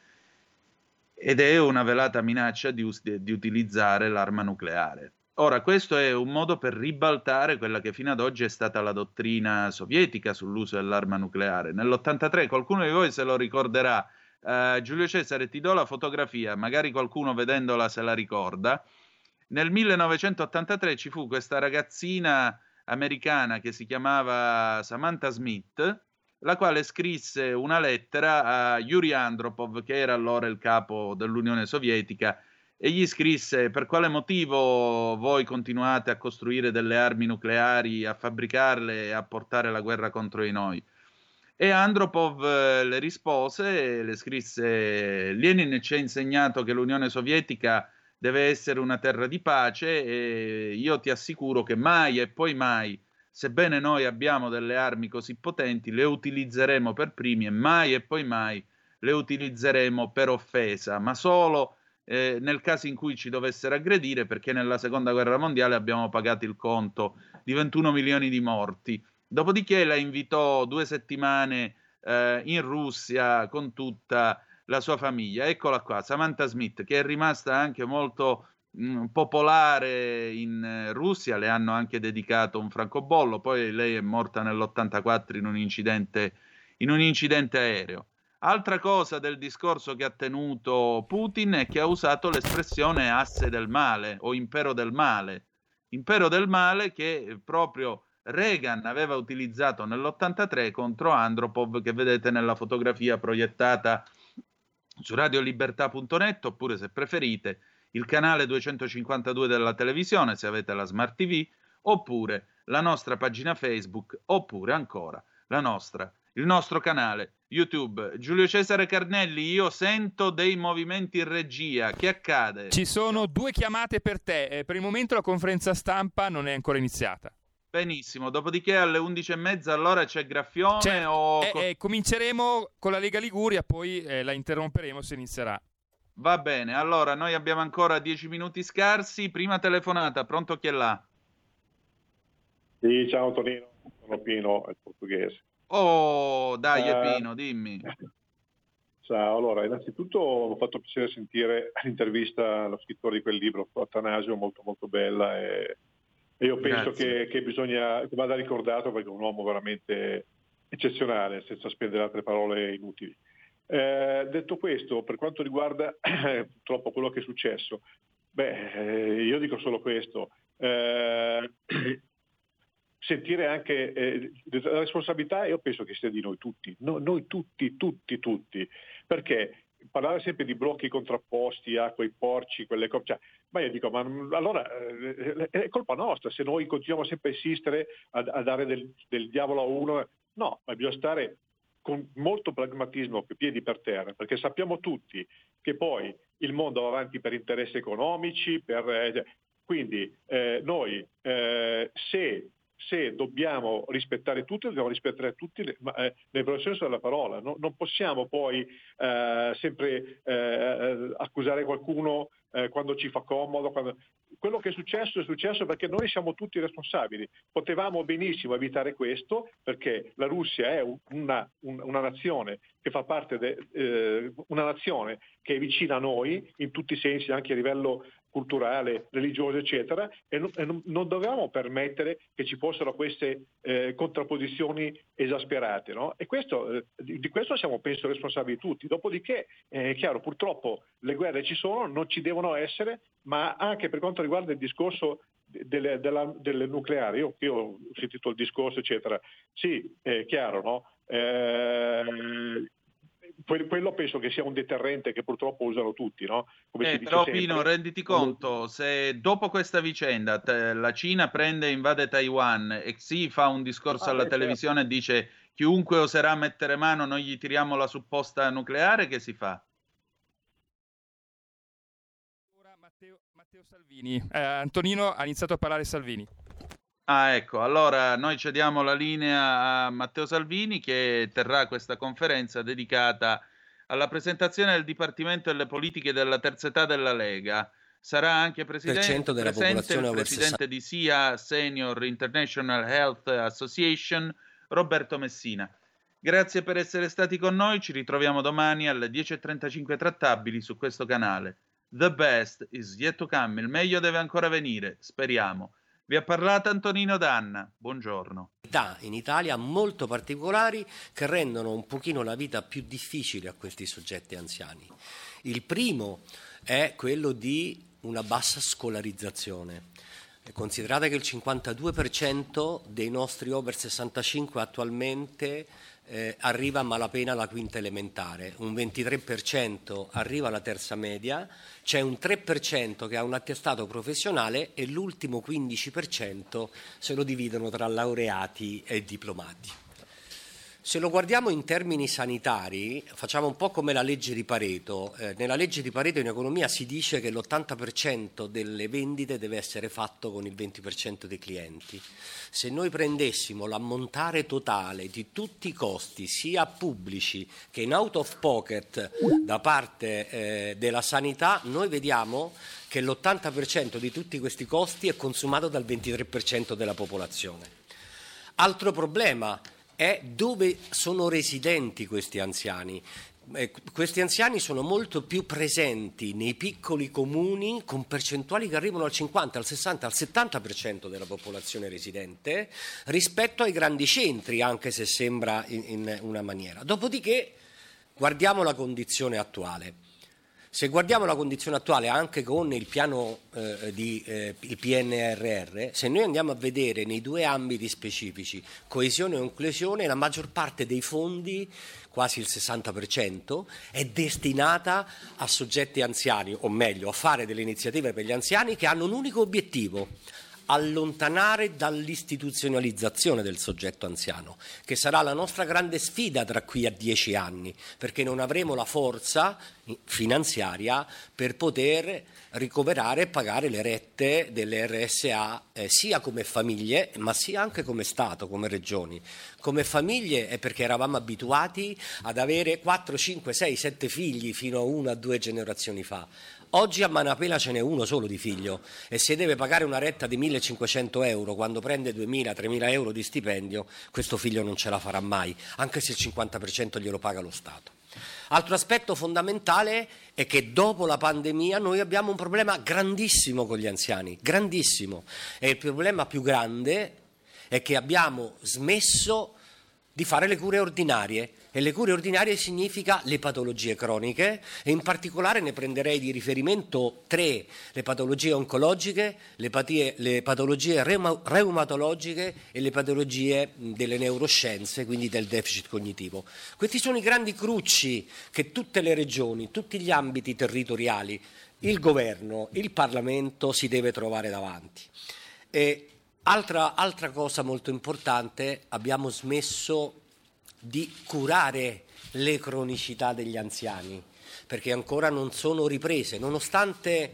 Ed è una velata minaccia di utilizzare l'arma nucleare. Ora, questo è un modo per ribaltare quella che fino ad oggi è stata la dottrina sovietica sull'uso dell'arma nucleare. Nell'83, qualcuno di voi se lo ricorderà, Giulio Cesare, ti do la fotografia, magari qualcuno vedendola se la ricorda. Nel 1983 ci fu questa ragazzina americana che si chiamava Samantha Smith, la quale scrisse una lettera a Yuri Andropov, che era allora il capo dell'Unione Sovietica, e gli scrisse: per quale motivo voi continuate a costruire delle armi nucleari, a fabbricarle e a portare la guerra contro di noi? E Andropov le rispose, le scrisse: Lenin ci ha insegnato che l'Unione Sovietica deve essere una terra di pace, e io ti assicuro che mai e poi mai, sebbene noi abbiamo delle armi così potenti, le utilizzeremo per primi, e mai e poi mai le utilizzeremo per offesa, ma solo nel caso in cui ci dovessero aggredire, perché nella seconda guerra mondiale abbiamo pagato il conto di 21 milioni di morti. Dopodiché la invitò 2 settimane in Russia con tutta la sua famiglia. Eccola qua, Samantha Smith, che è rimasta anche molto popolare in Russia, le hanno anche dedicato un francobollo, poi lei è morta nell'84 in un incidente aereo. Altra cosa del discorso che ha tenuto Putin è che ha usato l'espressione asse del male o impero del male che proprio Reagan aveva utilizzato nell'83 contro Andropov, che vedete nella fotografia proiettata su radiolibertà.net, oppure, se preferite, il canale 252 della televisione, se avete la Smart TV, oppure la nostra pagina Facebook, oppure ancora il nostro canale YouTube. Giulio Cesare Carnelli, io sento dei movimenti in regia. Che accade? Ci sono 2 chiamate per te. Per il momento la conferenza stampa non è ancora iniziata. Benissimo, dopodiché alle 11:30 allora c'è Graffione cominceremo con la Lega Liguria, poi la interromperemo se inizierà. Va bene, allora noi abbiamo ancora 10 minuti scarsi. Prima telefonata, pronto, chi è là? Sì, ciao Tonino, sono Pino, il portoghese. Oh, dai Pino, dimmi. Ciao, allora innanzitutto mi ha fatto piacere sentire l'intervista allo scrittore di quel libro, Attanasio, molto molto bella, e io penso che bisogna, che vada ricordato, perché è un uomo veramente eccezionale, senza spendere altre parole inutili. Detto questo, per quanto riguarda purtroppo quello che è successo, io dico solo questo, sentire anche la responsabilità, io penso che sia di noi tutti, noi tutti, perché parlare sempre di blocchi contrapposti, quei porci, quelle cose, ma io dico, ma allora è colpa nostra se noi continuiamo sempre a insistere a dare del diavolo a uno. No, ma bisogna stare con molto pragmatismo, piedi per terra, perché sappiamo tutti che poi il mondo va avanti per interessi economici, quindi noi se dobbiamo rispettare tutti, dobbiamo rispettare tutti nel vero senso della parola. Non possiamo poi sempre accusare qualcuno quando ci fa comodo. Quello che è successo perché noi siamo tutti responsabili. Potevamo benissimo evitare questo, perché la Russia è una nazione che fa parte una nazione che è vicina a noi in tutti i sensi, anche a livello culturale, religioso, eccetera, e non dovevamo permettere che ci fossero queste contrapposizioni esasperate, no? E di questo siamo, penso, responsabili tutti. Dopodiché è chiaro, purtroppo le guerre ci sono, non ci devono essere, ma anche per quanto riguarda il discorso del nucleare, io ho sentito il discorso, eccetera, sì, è chiaro, no? Quello penso che sia un deterrente che purtroppo usano tutti, no? Come si dice però sempre. Pino, renditi conto, se dopo questa vicenda la Cina prende e invade Taiwan e Xi fa un discorso alla televisione e dice chiunque oserà mettere mano noi gli tiriamo la supposta nucleare, che si fa? Ora Matteo Salvini. Antonino ha iniziato a parlare Salvini. Ecco, allora noi cediamo la linea a Matteo Salvini, che terrà questa conferenza dedicata alla presentazione del Dipartimento delle Politiche della Terza Età della Lega. Sarà anche presente il presidente di SIA Senior International Health Association, Roberto Messina. Grazie per essere stati con noi, ci ritroviamo domani alle 10:35 trattabili su questo canale. The best is yet to come, il meglio deve ancora venire, speriamo. Vi ha parlato Antonino Danna, buongiorno. In Italia molto particolari che rendono un pochino la vita più difficile a questi soggetti anziani. Il primo è quello di una bassa scolarizzazione. Considerate che il 52% dei nostri over 65 attualmente arriva a malapena alla quinta elementare, un 23% arriva alla terza media, c'è un 3% che ha un attestato professionale e l'ultimo 15% se lo dividono tra laureati e diplomati. Se lo guardiamo in termini sanitari, facciamo un po' come la legge di Pareto. Nella legge di Pareto in economia si dice che l'80% delle vendite deve essere fatto con il 20% dei clienti. Se noi prendessimo l'ammontare totale di tutti i costi, sia pubblici che in out of pocket da parte della sanità, noi vediamo che l'80% di tutti questi costi è consumato dal 23% della popolazione. Altro problema è dove sono residenti questi anziani. Questi anziani sono molto più presenti nei piccoli comuni con percentuali che arrivano al 50, al 60, al 70% della popolazione residente rispetto ai grandi centri, anche se sembra in una maniera. Dopodiché guardiamo la condizione attuale. Se guardiamo la condizione attuale anche con il piano il PNRR, se noi andiamo a vedere nei due ambiti specifici, coesione e inclusione, la maggior parte dei fondi, quasi il 60%, è destinata a soggetti anziani, o meglio, a fare delle iniziative per gli anziani che hanno un unico obiettivo: allontanare dall'istituzionalizzazione del soggetto anziano, che sarà la nostra grande sfida tra qui a 10 anni, perché non avremo la forza finanziaria per poter ricoverare e pagare le rette delle RSA sia come famiglie, ma sia anche come Stato, come regioni. Come famiglie è perché eravamo abituati ad avere 4, 5, 6, 7 figli fino a 1 a 2 generazioni fa. Oggi a manapela ce n'è uno solo di figlio e se deve pagare una retta di 1.500 euro quando prende 2.000-3.000 euro di stipendio, questo figlio non ce la farà mai, anche se il 50% glielo paga lo Stato. Altro aspetto fondamentale è che dopo la pandemia noi abbiamo un problema grandissimo con gli anziani, grandissimo. E il problema più grande è che abbiamo smesso di fare le cure ordinarie. E le cure ordinarie significa le patologie croniche e in particolare ne prenderei di riferimento 3: le patologie oncologiche, le patologie reumatologiche e le patologie delle neuroscienze, quindi del deficit cognitivo. Questi sono i grandi crucci che tutte le regioni, tutti gli ambiti territoriali, il governo, il Parlamento si deve trovare davanti. E altra cosa molto importante, abbiamo smesso di curare le cronicità degli anziani, perché ancora non sono riprese, nonostante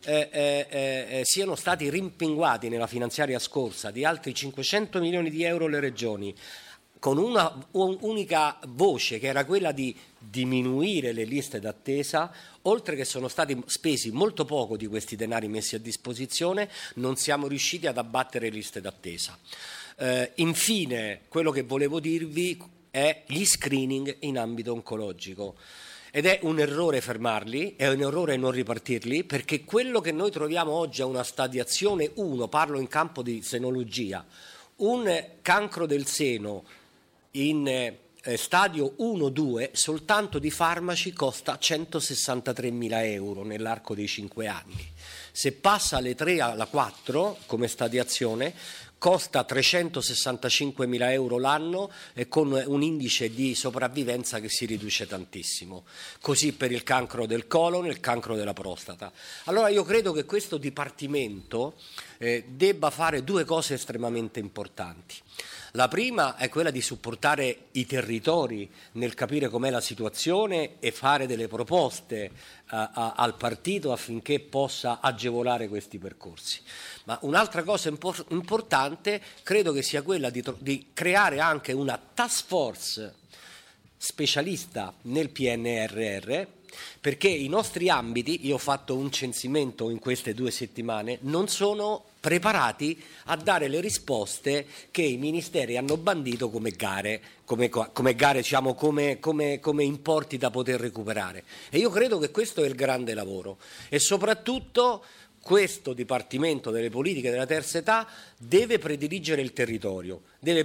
siano stati rimpinguati nella finanziaria scorsa di altri 500 milioni di euro le regioni, con una unica voce che era quella di diminuire le liste d'attesa. Oltre che sono stati spesi molto poco di questi denari messi a disposizione, non siamo riusciti ad abbattere le liste d'attesa. Infine, quello che volevo dirvi è gli screening in ambito oncologico. Ed è un errore fermarli, è un errore non ripartirli, perché quello che noi troviamo oggi a una stadiazione 1, parlo in campo di senologia, un cancro del seno in stadio 1-2, soltanto di farmaci costa 163.000 euro nell'arco dei 5 anni. Se passa alle 3 alla 4 come stadiazione, costa 365.000 euro l'anno e con un indice di sopravvivenza che si riduce tantissimo. Così per il cancro del colon e il cancro della prostata. Allora io credo che questo Dipartimento debba fare due cose estremamente importanti. La prima è quella di supportare i territori nel capire com'è la situazione e fare delle proposte al partito affinché possa agevolare questi percorsi. Ma un'altra cosa importante credo che sia quella di creare anche una task force specialista nel PNRR, perché i nostri ambiti, io ho fatto un censimento in queste 2 settimane, non sono preparati a dare le risposte che i ministeri hanno bandito come gare, diciamo, come importi da poter recuperare. E io credo che questo è il grande lavoro e soprattutto questo Dipartimento delle politiche della terza età deve prediligere il territorio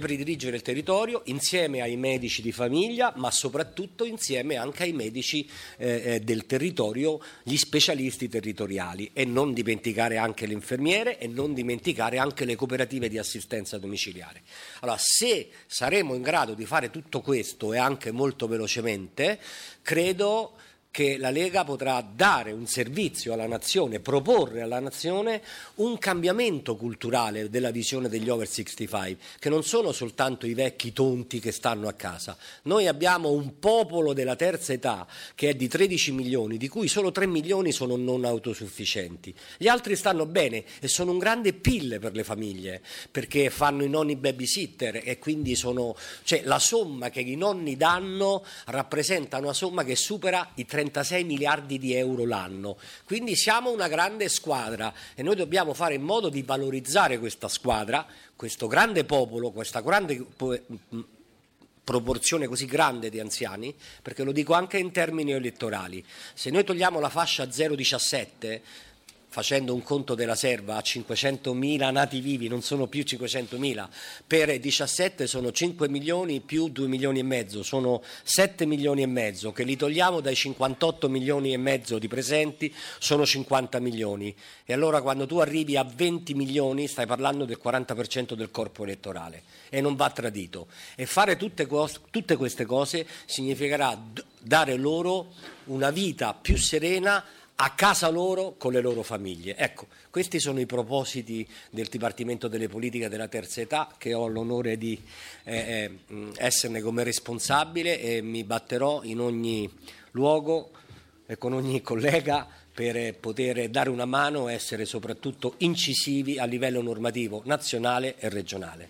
insieme ai medici di famiglia, ma soprattutto insieme anche ai medici del territorio, gli specialisti territoriali, e non dimenticare anche le infermiere e non dimenticare anche le cooperative di assistenza domiciliare. Allora, se saremo in grado di fare tutto questo e anche molto velocemente, credo che la Lega potrà dare un servizio alla nazione, proporre alla nazione un cambiamento culturale della visione degli over 65, che non sono soltanto i vecchi tonti che stanno a casa. Noi abbiamo un popolo della terza età che è di 13 milioni, di cui solo 3 milioni sono non autosufficienti. Gli altri stanno bene e sono un grande PIL per le famiglie, perché fanno i nonni babysitter e quindi la somma che i nonni danno rappresenta una somma che supera i 36 miliardi di euro l'anno. Quindi siamo una grande squadra e noi dobbiamo fare in modo di valorizzare questa squadra, questo grande popolo, questa grande proporzione così grande di anziani, perché lo dico anche in termini elettorali. Se noi togliamo la fascia 0-17, facendo un conto della serva a 500.000 nati vivi, non sono più 500.000, per 17 sono 5 milioni più 2 milioni e mezzo, sono 7 milioni e mezzo, che li togliamo dai 58 milioni e mezzo di presenti, sono 50 milioni. E allora quando tu arrivi a 20 milioni stai parlando del 40% del corpo elettorale e non va tradito. E fare tutte queste cose significherà dare loro una vita più serena a casa loro con le loro famiglie. Ecco, questi sono i propositi del Dipartimento delle Politiche della Terza Età, che ho l'onore di esserne come responsabile, e mi batterò in ogni luogo e con ogni collega per poter dare una mano e essere soprattutto incisivi a livello normativo nazionale e regionale.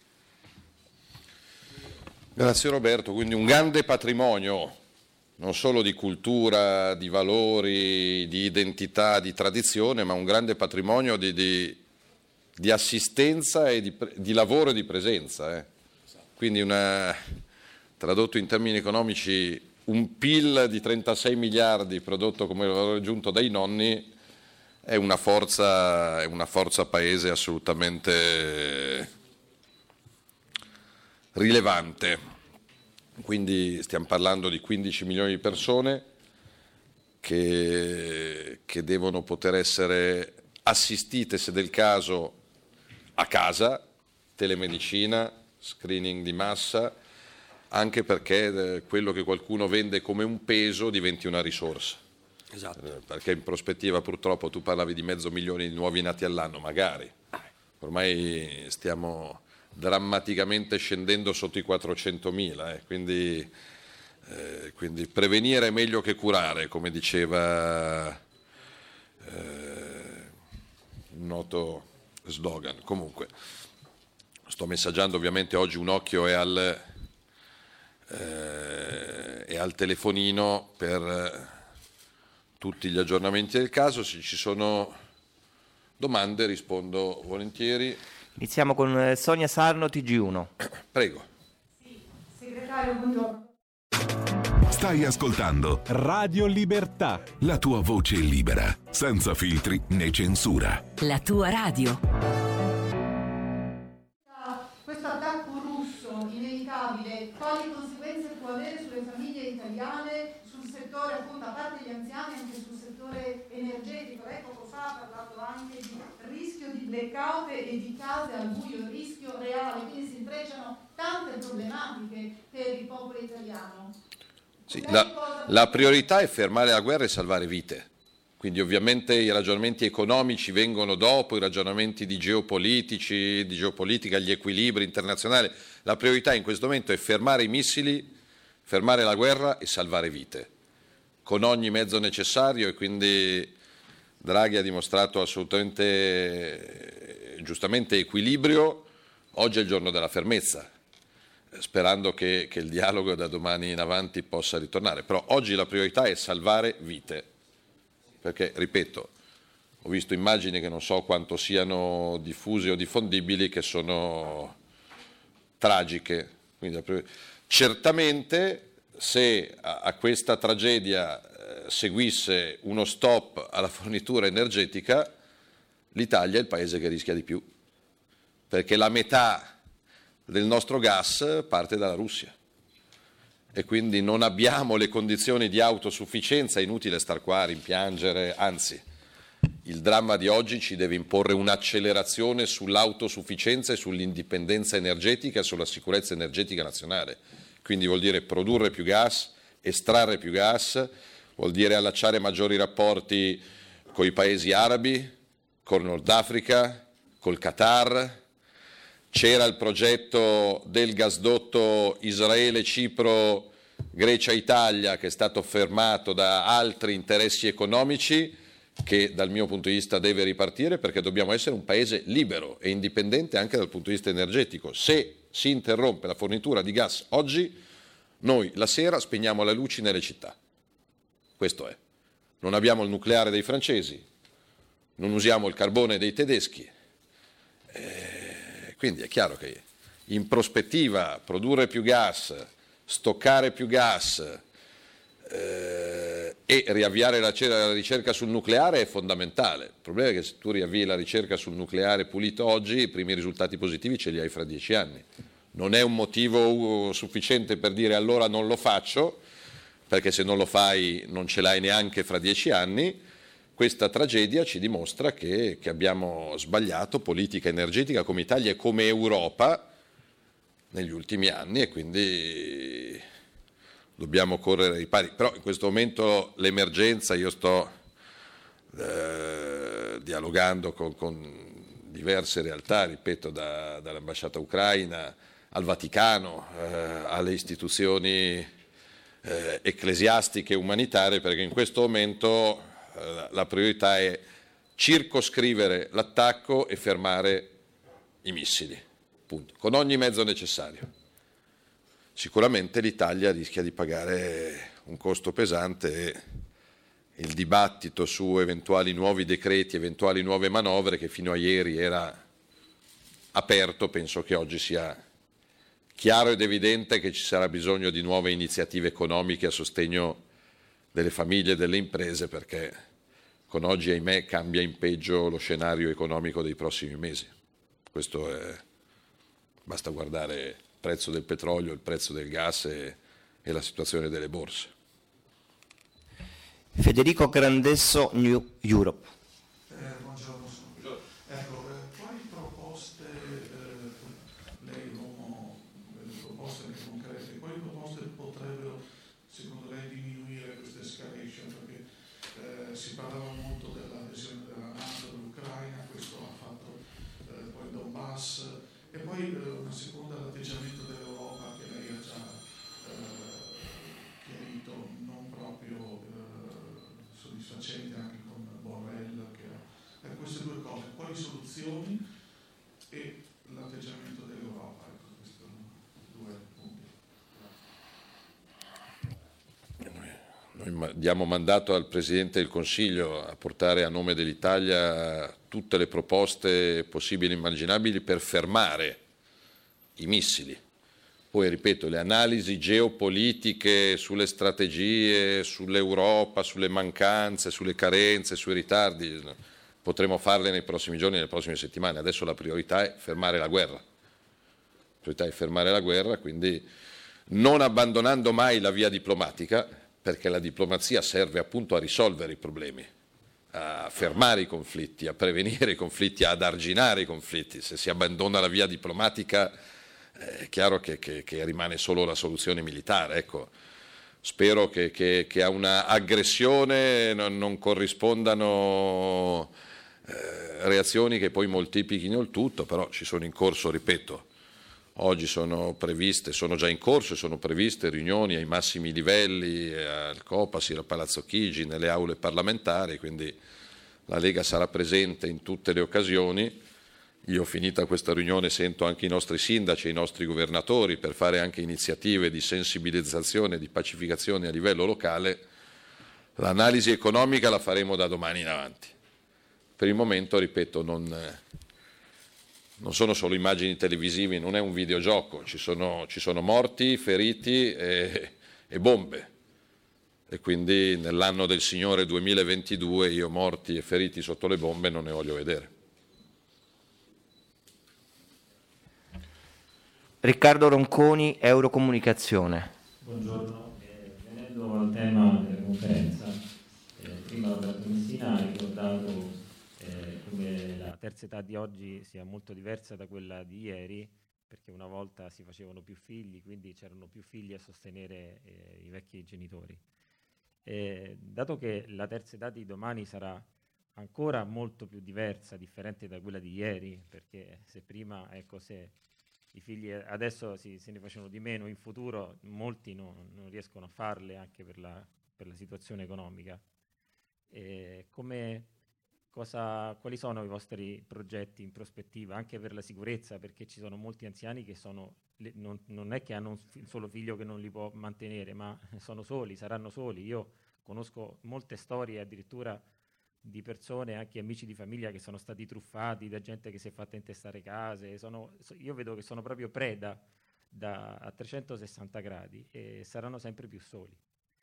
Grazie Roberto, quindi un grande patrimonio non solo di cultura, di valori, di identità, di tradizione, ma un grande patrimonio di assistenza e di lavoro e di presenza. Quindi tradotto in termini economici, un PIL di 36 miliardi prodotto come valore aggiunto dai nonni è una forza paese assolutamente rilevante. Quindi stiamo parlando di 15 milioni di persone che devono poter essere assistite, se del caso, a casa, telemedicina, screening di massa, anche perché quello che qualcuno vende come un peso diventi una risorsa. Esatto. Perché in prospettiva purtroppo tu parlavi di 500.000 di nuovi nati all'anno, magari. Ormai stiamo drammaticamente scendendo sotto i 400.000, quindi prevenire è meglio che curare, come diceva un noto slogan. Comunque sto messaggiando, ovviamente oggi un occhio è al telefonino per tutti gli aggiornamenti del caso. Se ci sono domande rispondo volentieri. Iniziamo con Sonia Sarno, TG1. Prego. Sì, segretario, buongiorno. Stai ascoltando Radio Libertà, la tua voce libera, senza filtri né censura. La tua radio. Questo attacco russo inevitabile, quali conseguenze può avere sulle famiglie italiane, sul settore, appunto, a parte gli anziani, anche sul settore energetico? Ecco, poco fa ha parlato anche di rischio di blackout e di case al buio, rischio reale, quindi si intrecciano tante problematiche per il popolo italiano. Sì, la priorità è fermare la guerra e salvare vite. Quindi ovviamente i ragionamenti economici vengono dopo, i ragionamenti di geopolitica, gli equilibri internazionali. La priorità in questo momento è fermare i missili, fermare la guerra e salvare vite, con ogni mezzo necessario, e quindi Draghi ha dimostrato assolutamente, giustamente, equilibrio. Oggi è il giorno della fermezza, sperando che il dialogo da domani in avanti possa ritornare. Però oggi la priorità è salvare vite, perché, ripeto, ho visto immagini che non so quanto siano diffuse o diffondibili, che sono tragiche. Quindi certamente se a questa tragedia seguisse uno stop alla fornitura energetica, l'Italia è il paese che rischia di più, perché la metà del nostro gas parte dalla Russia e quindi non abbiamo le condizioni di autosufficienza. È inutile star qua a rimpiangere, anzi il dramma di oggi ci deve imporre un'accelerazione sull'autosufficienza e sull'indipendenza energetica e sulla sicurezza energetica nazionale. Quindi vuol dire produrre più gas, estrarre più gas, vuol dire allacciare maggiori rapporti con i paesi arabi, con Nord Africa, col Qatar. C'era il progetto del gasdotto Israele-Cipro Grecia-Italia che è stato fermato da altri interessi economici che dal mio punto di vista deve ripartire, perché dobbiamo essere un paese libero e indipendente anche dal punto di vista energetico. Se si interrompe la fornitura di gas oggi, noi la sera spegniamo le luci nelle città. Questo è. Non abbiamo il nucleare dei francesi, non usiamo il carbone dei tedeschi. Quindi è chiaro che in prospettiva produrre più gas, stoccare più gas e riavviare la ricerca sul nucleare è fondamentale. Il problema è che se tu riavvii la ricerca sul nucleare pulito oggi, i primi risultati positivi ce li hai fra 10 anni. Non è un motivo sufficiente per dire allora non lo faccio, perché se non lo fai non ce l'hai neanche fra 10 anni. Questa tragedia ci dimostra che abbiamo sbagliato politica energetica come Italia e come Europa negli ultimi anni, e quindi dobbiamo correre ai ripari. Però in questo momento l'emergenza, io sto dialogando con diverse realtà, ripeto, dall'ambasciata ucraina al Vaticano, alle istituzioni ecclesiastiche e umanitarie, perché in questo momento la priorità è circoscrivere l'attacco e fermare i missili, punto, con ogni mezzo necessario. Sicuramente l'Italia rischia di pagare un costo pesante, e il dibattito su eventuali nuovi decreti, eventuali nuove manovre che fino a ieri era aperto, penso che oggi sia chiaro ed evidente che ci sarà bisogno di nuove iniziative economiche a sostegno delle famiglie e delle imprese, perché con oggi, ahimè, cambia in peggio lo scenario economico dei prossimi mesi. Questo è, basta guardare il prezzo del petrolio, il prezzo del gas e la situazione delle borse. Federico Grandesso, New Europe. Buongiorno. Ecco, quali proposte lei, l'uomo, le proposte concrete, quali proposte potrebbero secondo lei diminuire questa escalation? Perché si parlava molto dell'adesione della NATO, dell'Ucraina, questo ha fatto poi il Donbass, e poi una seconda, l'atteggiamento dell'Europa che lei ha già chiarito, non proprio soddisfacente anche con Borrell. Queste due cose, quali soluzioni e l'atteggiamento dell'Europa, ecco, questi due punti. Noi diamo mandato al Presidente del Consiglio a portare a nome dell'Italia tutte le proposte possibili e immaginabili per fermare i missili. Poi, ripeto, le analisi geopolitiche sulle strategie, sull'Europa, sulle mancanze, sulle carenze, sui ritardi, potremo farle nei prossimi giorni, nelle prossime settimane. Adesso la priorità è fermare la guerra. La priorità è fermare la guerra, quindi non abbandonando mai la via diplomatica, perché la diplomazia serve appunto a risolvere i problemi, a fermare i conflitti, a prevenire i conflitti, ad arginare i conflitti. Se si abbandona la via diplomatica è chiaro che rimane solo la soluzione militare. Ecco, spero che a una aggressione non corrispondano reazioni che poi moltiplichino il tutto, però ci sono in corso, ripeto, oggi sono già in corso e sono previste riunioni ai massimi livelli al Copasir, a Palazzo Chigi, nelle aule parlamentari, quindi la Lega sarà presente in tutte le occasioni. Io, finita questa riunione, sento anche i nostri sindaci e i nostri governatori per fare anche iniziative di sensibilizzazione e di pacificazione a livello locale. L'analisi economica la faremo da domani in avanti. Per il momento, ripeto, non sono solo immagini televisive, non è un videogioco, ci sono morti, feriti e bombe. E quindi nell'anno del Signore 2022 io morti e feriti sotto le bombe non ne voglio vedere. Riccardo Ronconi, Eurocomunicazione. Buongiorno, venendo al tema della conferenza, prima l'operato Messina ha ricordato come la terza età di oggi sia molto diversa da quella di ieri, perché una volta si facevano più figli, quindi c'erano più figli a sostenere i vecchi genitori. Dato che la terza età di domani sarà ancora molto più diversa, differente da quella di ieri, perché se prima, ecco, se i figli adesso se ne facevano di meno, in futuro molti non riescono a farle anche per la situazione economica. Quali sono i vostri progetti in prospettiva, anche per la sicurezza, perché ci sono molti anziani che non è che hanno un solo figlio che non li può mantenere, ma sono soli, saranno soli. Io conosco molte storie addirittura di persone, anche amici di famiglia, che sono stati truffati da gente che si è fatta intestare case. Io vedo che sono proprio preda a 360 gradi e saranno sempre più soli.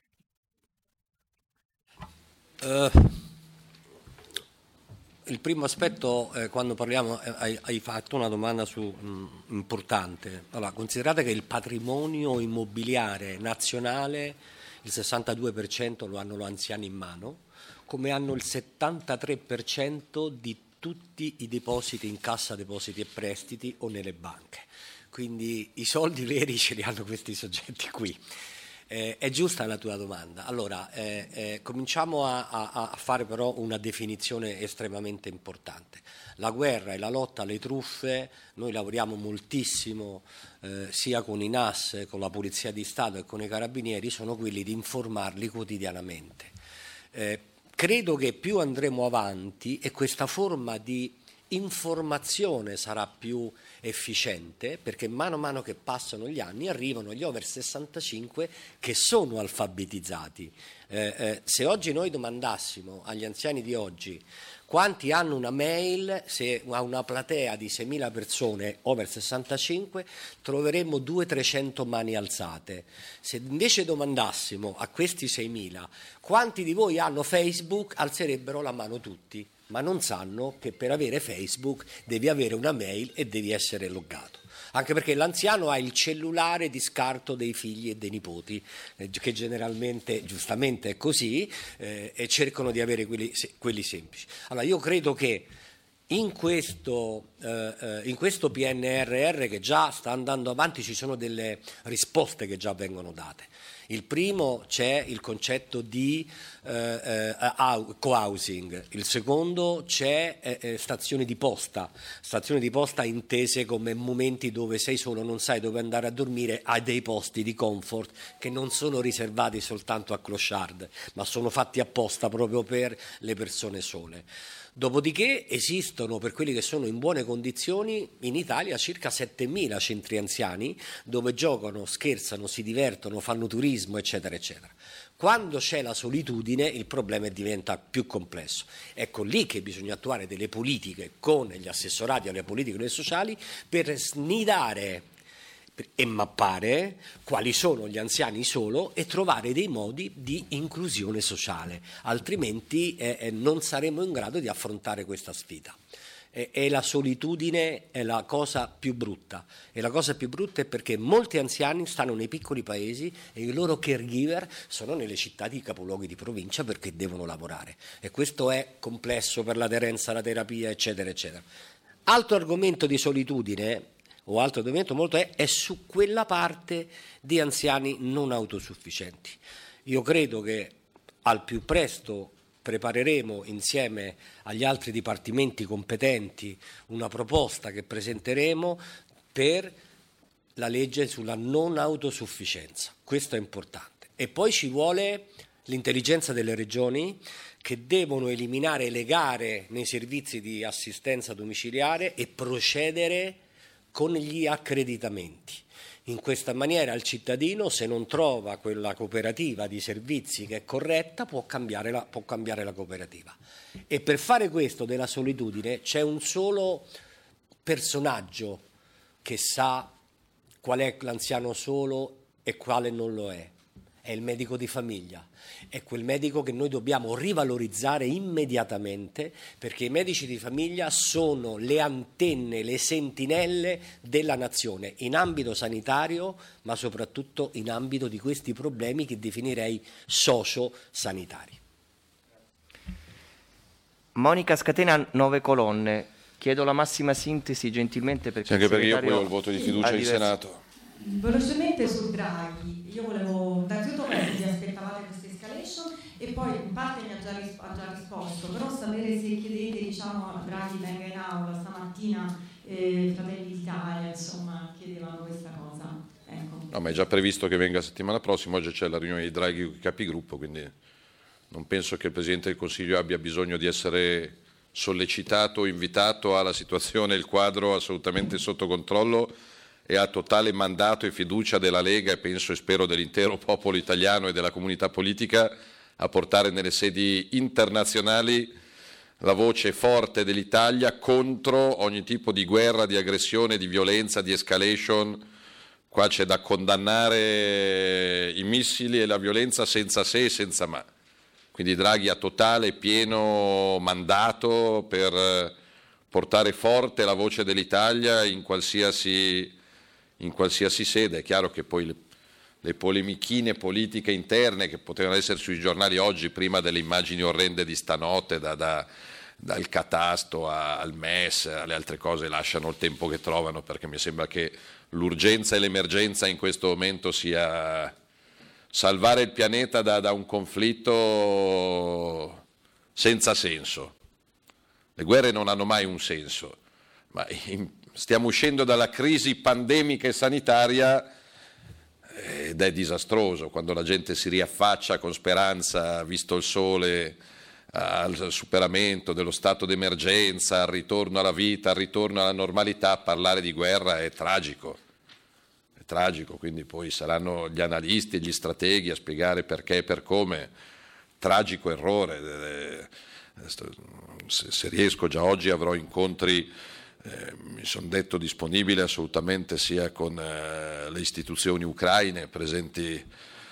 Il primo aspetto, quando parliamo, hai fatto una domanda importante. Allora, considerate che il patrimonio immobiliare nazionale, il 62% lo hanno gli anziani in mano, come hanno il 73% di tutti i depositi in Cassa Depositi e Prestiti o nelle banche. Quindi i soldi veri ce li hanno questi soggetti qui. È giusta la tua domanda. Allora, cominciamo a fare però una definizione estremamente importante. La guerra e la lotta alle truffe, noi lavoriamo moltissimo sia con i NAS, con la Polizia di Stato e con i Carabinieri, sono quelli di informarli quotidianamente. Credo che più andremo avanti e questa forma di informazione sarà più efficiente, perché mano a mano che passano gli anni arrivano gli over 65 che sono alfabetizzati. Se oggi noi domandassimo agli anziani di oggi quanti hanno una mail, se a una platea di 6.000 persone over 65 troveremmo 200-300 mani alzate. Se invece domandassimo a questi 6.000 quanti di voi hanno Facebook, alzerebbero la mano tutti, ma non sanno che per avere Facebook devi avere una mail e devi essere loggato. Anche perché l'anziano ha il cellulare di scarto dei figli e dei nipoti, che generalmente, giustamente è così, e cercano di avere quelli semplici. Allora io credo che in questo PNRR che già sta andando avanti ci sono delle risposte che già vengono date. Il primo, c'è il concetto di co-housing, il secondo c'è stazioni di posta intese come momenti dove sei solo, non sai dove andare a dormire, hai dei posti di comfort che non sono riservati soltanto a clochard, ma sono fatti apposta proprio per le persone sole. Dopodiché esistono, per quelli che sono in buone condizioni, in Italia circa 7.000 centri anziani dove giocano, scherzano, si divertono, fanno turismo, eccetera, eccetera. Quando c'è la solitudine il problema diventa più complesso. Ecco lì che bisogna attuare delle politiche con gli assessorati alle politiche sociali per snidare e mappare quali sono gli anziani solo e trovare dei modi di inclusione sociale, altrimenti non saremo in grado di affrontare questa sfida. E la solitudine è la cosa più brutta, e la cosa più brutta è perché molti anziani stanno nei piccoli paesi e i loro caregiver sono nelle città di capoluoghi di provincia perché devono lavorare, e questo è complesso per l'aderenza alla terapia, eccetera, eccetera. Altro argomento di solitudine o altro argomento molto è su quella parte di anziani non autosufficienti. Io credo che al più presto prepareremo insieme agli altri dipartimenti competenti una proposta che presenteremo per la legge sulla non autosufficienza. Questo è importante. E poi ci vuole l'intelligenza delle regioni, che devono eliminare le gare nei servizi di assistenza domiciliare e procedere con gli accreditamenti. In questa maniera il cittadino, se non trova quella cooperativa di servizi che è corretta, può cambiare la cooperativa. E per fare questo della solitudine c'è un solo personaggio che sa qual è l'anziano solo e quale non lo è il medico di famiglia. È quel medico che noi dobbiamo rivalorizzare immediatamente, perché i medici di famiglia sono le antenne, le sentinelle della nazione in ambito sanitario, ma soprattutto in ambito di questi problemi che definirei socio-sanitari. Monica Scatena, 9 colonne. Chiedo la massima sintesi gentilmente, perché anche perché io poi ho il voto di fiducia in Senato. Velocemente su Draghi, io volevo innanzitutto vedere se vi aspettavate questa escalation e poi in parte mi ha già risposto, però sapere se chiedete, diciamo, a Draghi venga in aula stamattina, Fratelli d'Italia, insomma, chiedevano questa cosa. Ecco. No, ma è già previsto che venga la settimana prossima, oggi c'è la riunione di Draghi con i capigruppo, quindi non penso che il Presidente del Consiglio abbia bisogno di essere sollecitato o invitato. Ha la situazione, il quadro assolutamente sotto controllo e ha totale mandato e fiducia della Lega e penso e spero dell'intero popolo italiano e della comunità politica a portare nelle sedi internazionali la voce forte dell'Italia contro ogni tipo di guerra, di aggressione, di violenza, di escalation. Qua c'è da condannare i missili e la violenza senza se e senza ma. Quindi Draghi ha totale e pieno mandato per portare forte la voce dell'Italia in qualsiasi sede. È chiaro che poi le polemichine politiche interne che potevano essere sui giornali oggi, prima delle immagini orrende di stanotte, dal catasto al MES, alle altre cose, lasciano il tempo che trovano, perché mi sembra che l'urgenza e l'emergenza in questo momento sia salvare il pianeta da un conflitto senza senso. Le guerre non hanno mai un senso, ma stiamo uscendo dalla crisi pandemica e sanitaria ed è disastroso quando la gente si riaffaccia con speranza, visto il sole, al superamento dello stato d'emergenza, al ritorno alla vita, al ritorno alla normalità. Parlare di guerra è tragico. Quindi poi saranno gli analisti e gli strateghi a spiegare perché e per come. Tragico errore. Se riesco, già oggi avrò incontri, mi sono detto disponibile assolutamente sia con le istituzioni ucraine presenti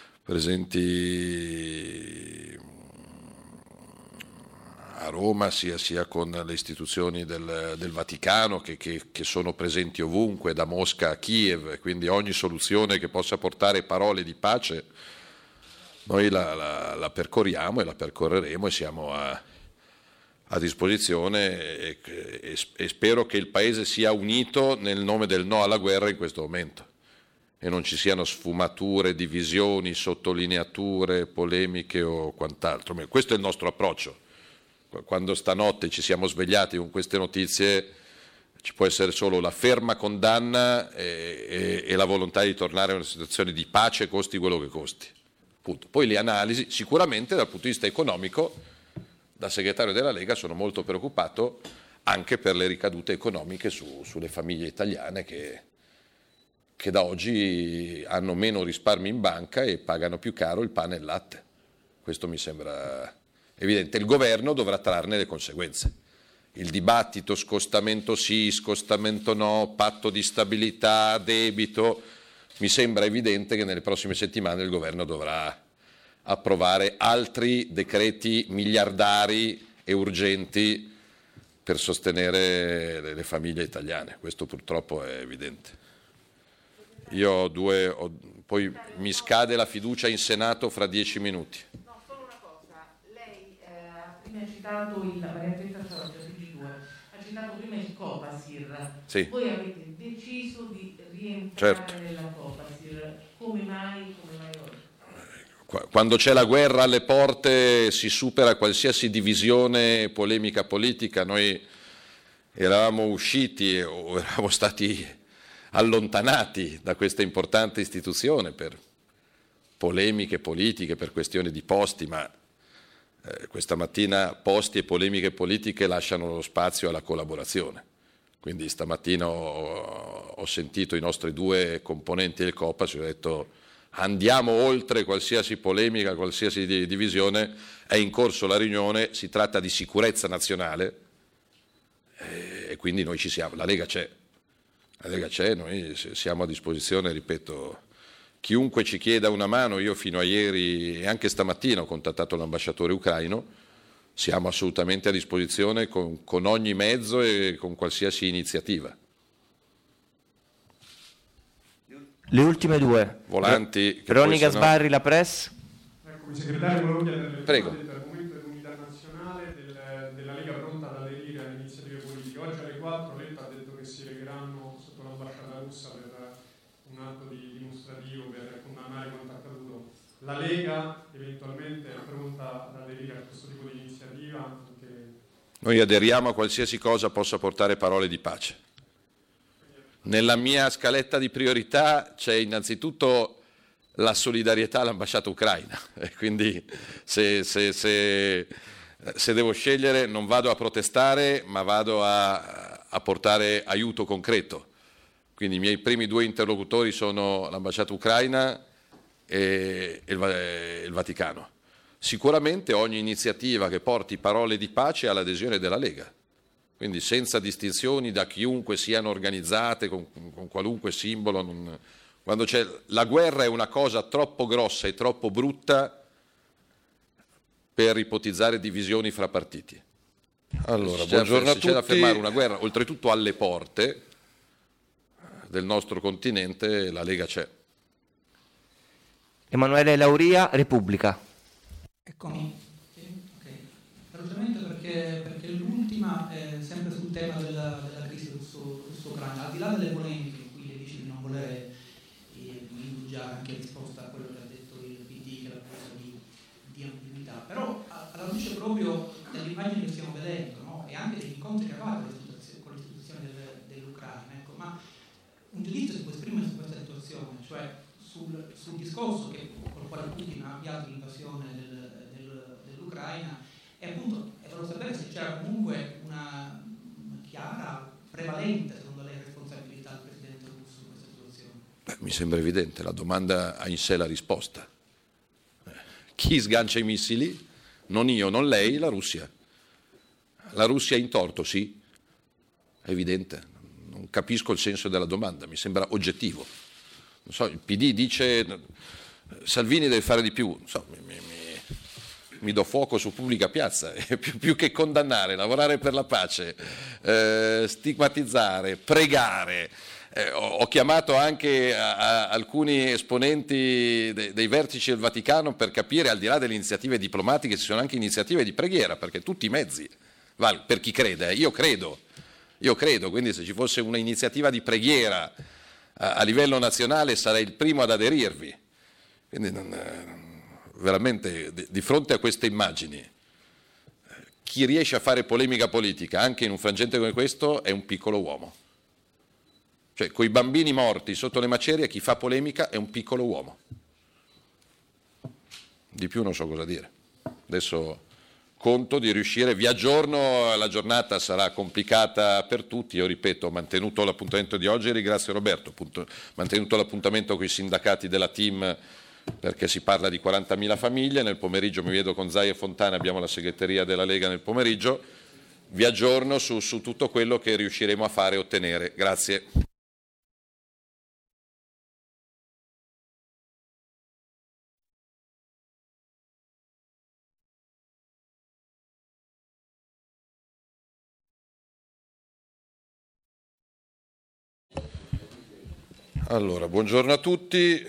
a Roma, sia con le istituzioni del Vaticano che sono presenti ovunque, da Mosca a Kiev, quindi ogni soluzione che possa portare parole di pace noi la percorriamo e la percorreremo e siamo a disposizione e spero che il Paese sia unito nel nome del no alla guerra in questo momento e non ci siano sfumature, divisioni, sottolineature, polemiche o quant'altro. Questo è il nostro approccio. Quando stanotte ci siamo svegliati con queste notizie ci può essere solo la ferma condanna e la volontà di tornare a una situazione di pace, costi quello che costi. Punto. Poi le analisi, sicuramente dal punto di vista economico, da segretario della Lega sono molto preoccupato anche per le ricadute economiche sulle famiglie italiane che da oggi hanno meno risparmi in banca e pagano più caro il pane e il latte. Questo mi sembra evidente. Il governo dovrà trarne le conseguenze. Il dibattito scostamento sì, scostamento no, patto di stabilità, debito, mi sembra evidente che nelle prossime settimane il governo dovrà approvare altri decreti miliardari e urgenti per sostenere le famiglie italiane. Questo purtroppo è evidente. Poi mi scade la fiducia in Senato fra 10 minuti. No, solo una cosa. Lei ha prima citato ha citato prima il Copasir. Sì. Voi avete deciso di rientrare nella Copasir. Come mai oggi? Quando c'è la guerra alle porte si supera qualsiasi divisione polemica politica. Noi eravamo usciti o eravamo stati allontanati da questa importante istituzione per polemiche politiche, per questioni di posti, ma questa mattina posti e polemiche politiche lasciano lo spazio alla collaborazione. Quindi stamattina ho sentito i nostri due componenti del Copas e ho detto andiamo oltre qualsiasi polemica, qualsiasi divisione, è in corso la riunione, si tratta di sicurezza nazionale e quindi noi ci siamo, la Lega c'è, noi siamo a disposizione, ripeto, chiunque ci chieda una mano, io fino a ieri e anche stamattina ho contattato l'ambasciatore ucraino, siamo assolutamente a disposizione con ogni mezzo e con qualsiasi iniziativa. Le ultime due. Volanti. Ronny Gasbarri, La Press. Eccomi, segretario, volevo chiedere Prego. dell'argomento dell'unità nazionale della Lega pronta ad aderire alle iniziative politiche. Oggi alle 4 Letta ha detto che si regheranno sotto l'ambasciata russa per un atto dimostrativo per condannare quanto accaduto La Lega eventualmente è pronta ad aderire a questo tipo di iniziativa? Anche... Noi aderiamo a qualsiasi cosa possa portare parole di pace. Nella mia scaletta di priorità c'è innanzitutto la solidarietà all'ambasciata ucraina, e quindi se devo scegliere non vado a protestare, ma vado a portare aiuto concreto. Quindi i miei primi 2 interlocutori sono l'ambasciata ucraina e il Vaticano. Sicuramente ogni iniziativa che porti parole di pace ha l'adesione della Lega, quindi senza distinzioni da chiunque siano organizzate, con qualunque simbolo. Quando c'è la guerra è una cosa troppo grossa e troppo brutta per ipotizzare divisioni fra partiti. Allora, buongiorno a tutti. Se c'è da fermare una guerra, oltretutto alle porte del nostro continente, la Lega c'è. Emanuele Lauria, Repubblica. Eccomi. Okay. Velocemente perché l'ultima è sempre sul tema della crisi russo-ucraina. Al di là delle polemiche in cui lei dice di non volere indugiare anche in risposta a quello che ha detto il PD, che è la cosa di ambiguità, però alla luce proprio delle immagini che stiamo vedendo, no? E anche degli incontri che ha fatto con le istituzioni dell'Ucraina, ecco, ma un giudizio si può esprimere su questa situazione, cioè sul discorso col quale Putin ha avviato l'invasione dell'Ucraina, e appunto volevo sapere se c'era comunque una chiara, prevalente secondo lei responsabilità del presidente russo in questa situazione. Mi sembra evidente, la domanda ha in sé la risposta. Chi sgancia i missili? Non io, non lei, la Russia. La Russia è in torto, sì, è evidente. Non capisco il senso della domanda, mi sembra oggettivo. Non so, il PD dice Salvini deve fare di più, non so, mi do fuoco su pubblica piazza, più che condannare, lavorare per la pace, stigmatizzare, pregare. Ho chiamato anche alcuni esponenti dei vertici del Vaticano per capire, al di là delle iniziative diplomatiche, ci sono anche iniziative di preghiera, perché tutti i mezzi, per chi crede, io credo, quindi se ci fosse un'iniziativa di preghiera a livello nazionale sarei il primo ad aderirvi. Quindi veramente di fronte a queste immagini chi riesce a fare polemica politica anche in un frangente come questo è un piccolo uomo. Cioè, coi bambini morti sotto le macerie, chi fa polemica è un piccolo uomo. Di più non so cosa dire. Adesso conto di riuscire, vi aggiorno, la giornata sarà complicata per tutti. Io ripeto, ho mantenuto l'appuntamento di oggi e ringrazio Roberto, mantenuto l'appuntamento con i sindacati della team perché si parla di 40.000 famiglie. Nel pomeriggio mi vedo con Zai e Fontana, abbiamo la segreteria della Lega nel pomeriggio. Vi aggiorno su tutto quello che riusciremo a fare e ottenere. Grazie. Allora, buongiorno a tutti.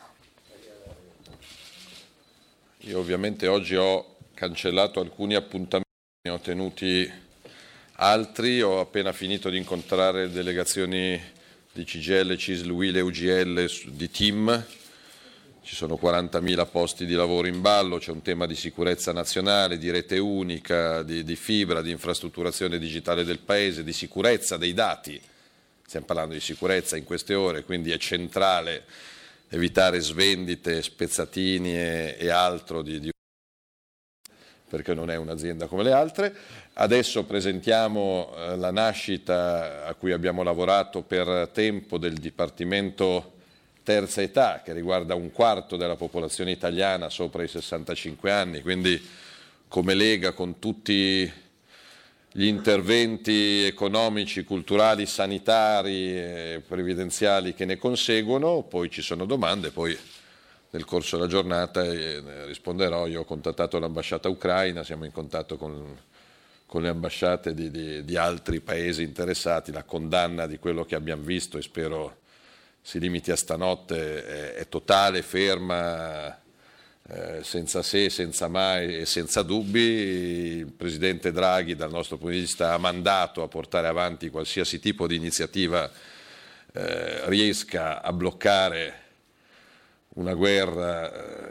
Io ovviamente oggi ho cancellato alcuni appuntamenti, ne ho tenuti altri, ho appena finito di incontrare delegazioni di CGIL, CISL, UIL e UGL di team. Ci sono 40.000 posti di lavoro in ballo, c'è un tema di sicurezza nazionale, di rete unica, di fibra, di infrastrutturazione digitale del Paese, di sicurezza dei dati. Stiamo parlando di sicurezza in queste ore, quindi è centrale evitare svendite, spezzatini e altro, perché non è un'azienda come le altre. Adesso presentiamo la nascita a cui abbiamo lavorato per tempo del Dipartimento Terza Età, che riguarda 1/4 della popolazione italiana sopra i 65 anni, quindi come Lega con tutti gli interventi economici, culturali, sanitari e previdenziali che ne conseguono. Poi ci sono domande, poi nel corso della giornata risponderò. Io ho contattato l'ambasciata ucraina, siamo in contatto con le ambasciate di altri paesi interessati. La condanna di quello che abbiamo visto, e spero si limiti a stanotte, è totale, ferma, senza se, senza mai e senza dubbi. Il Presidente Draghi dal nostro punto di vista ha mandato a portare avanti qualsiasi tipo di iniziativa riesca a bloccare una guerra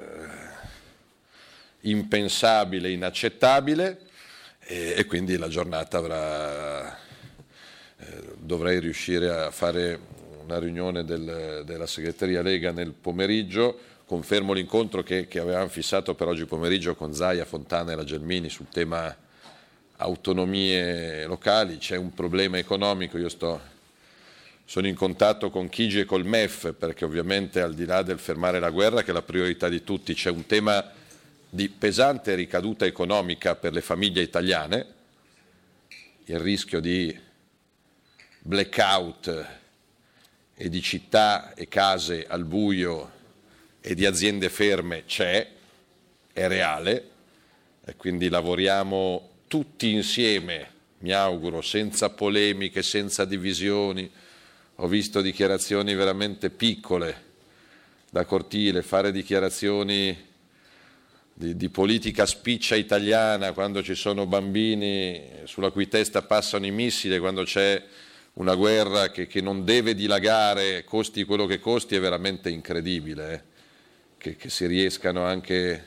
impensabile, inaccettabile, e quindi la giornata dovrei riuscire a fare una riunione della segreteria Lega nel pomeriggio. Confermo l'incontro che avevamo fissato per oggi pomeriggio con Zaia, Fontana e la Gelmini sul tema autonomie locali. C'è un problema economico, sono in contatto con Chigi e col MEF, perché ovviamente al di là del fermare la guerra, che è la priorità di tutti, c'è un tema di pesante ricaduta economica per le famiglie italiane, il rischio di blackout e di città e case al buio e di aziende ferme c'è, è reale, e quindi lavoriamo tutti insieme, mi auguro, senza polemiche, senza divisioni. Ho visto dichiarazioni veramente piccole da cortile, fare dichiarazioni di politica spiccia italiana quando ci sono bambini sulla cui testa passano i missili, quando c'è una guerra che non deve dilagare, costi quello che costi, è veramente incredibile, che si riescano anche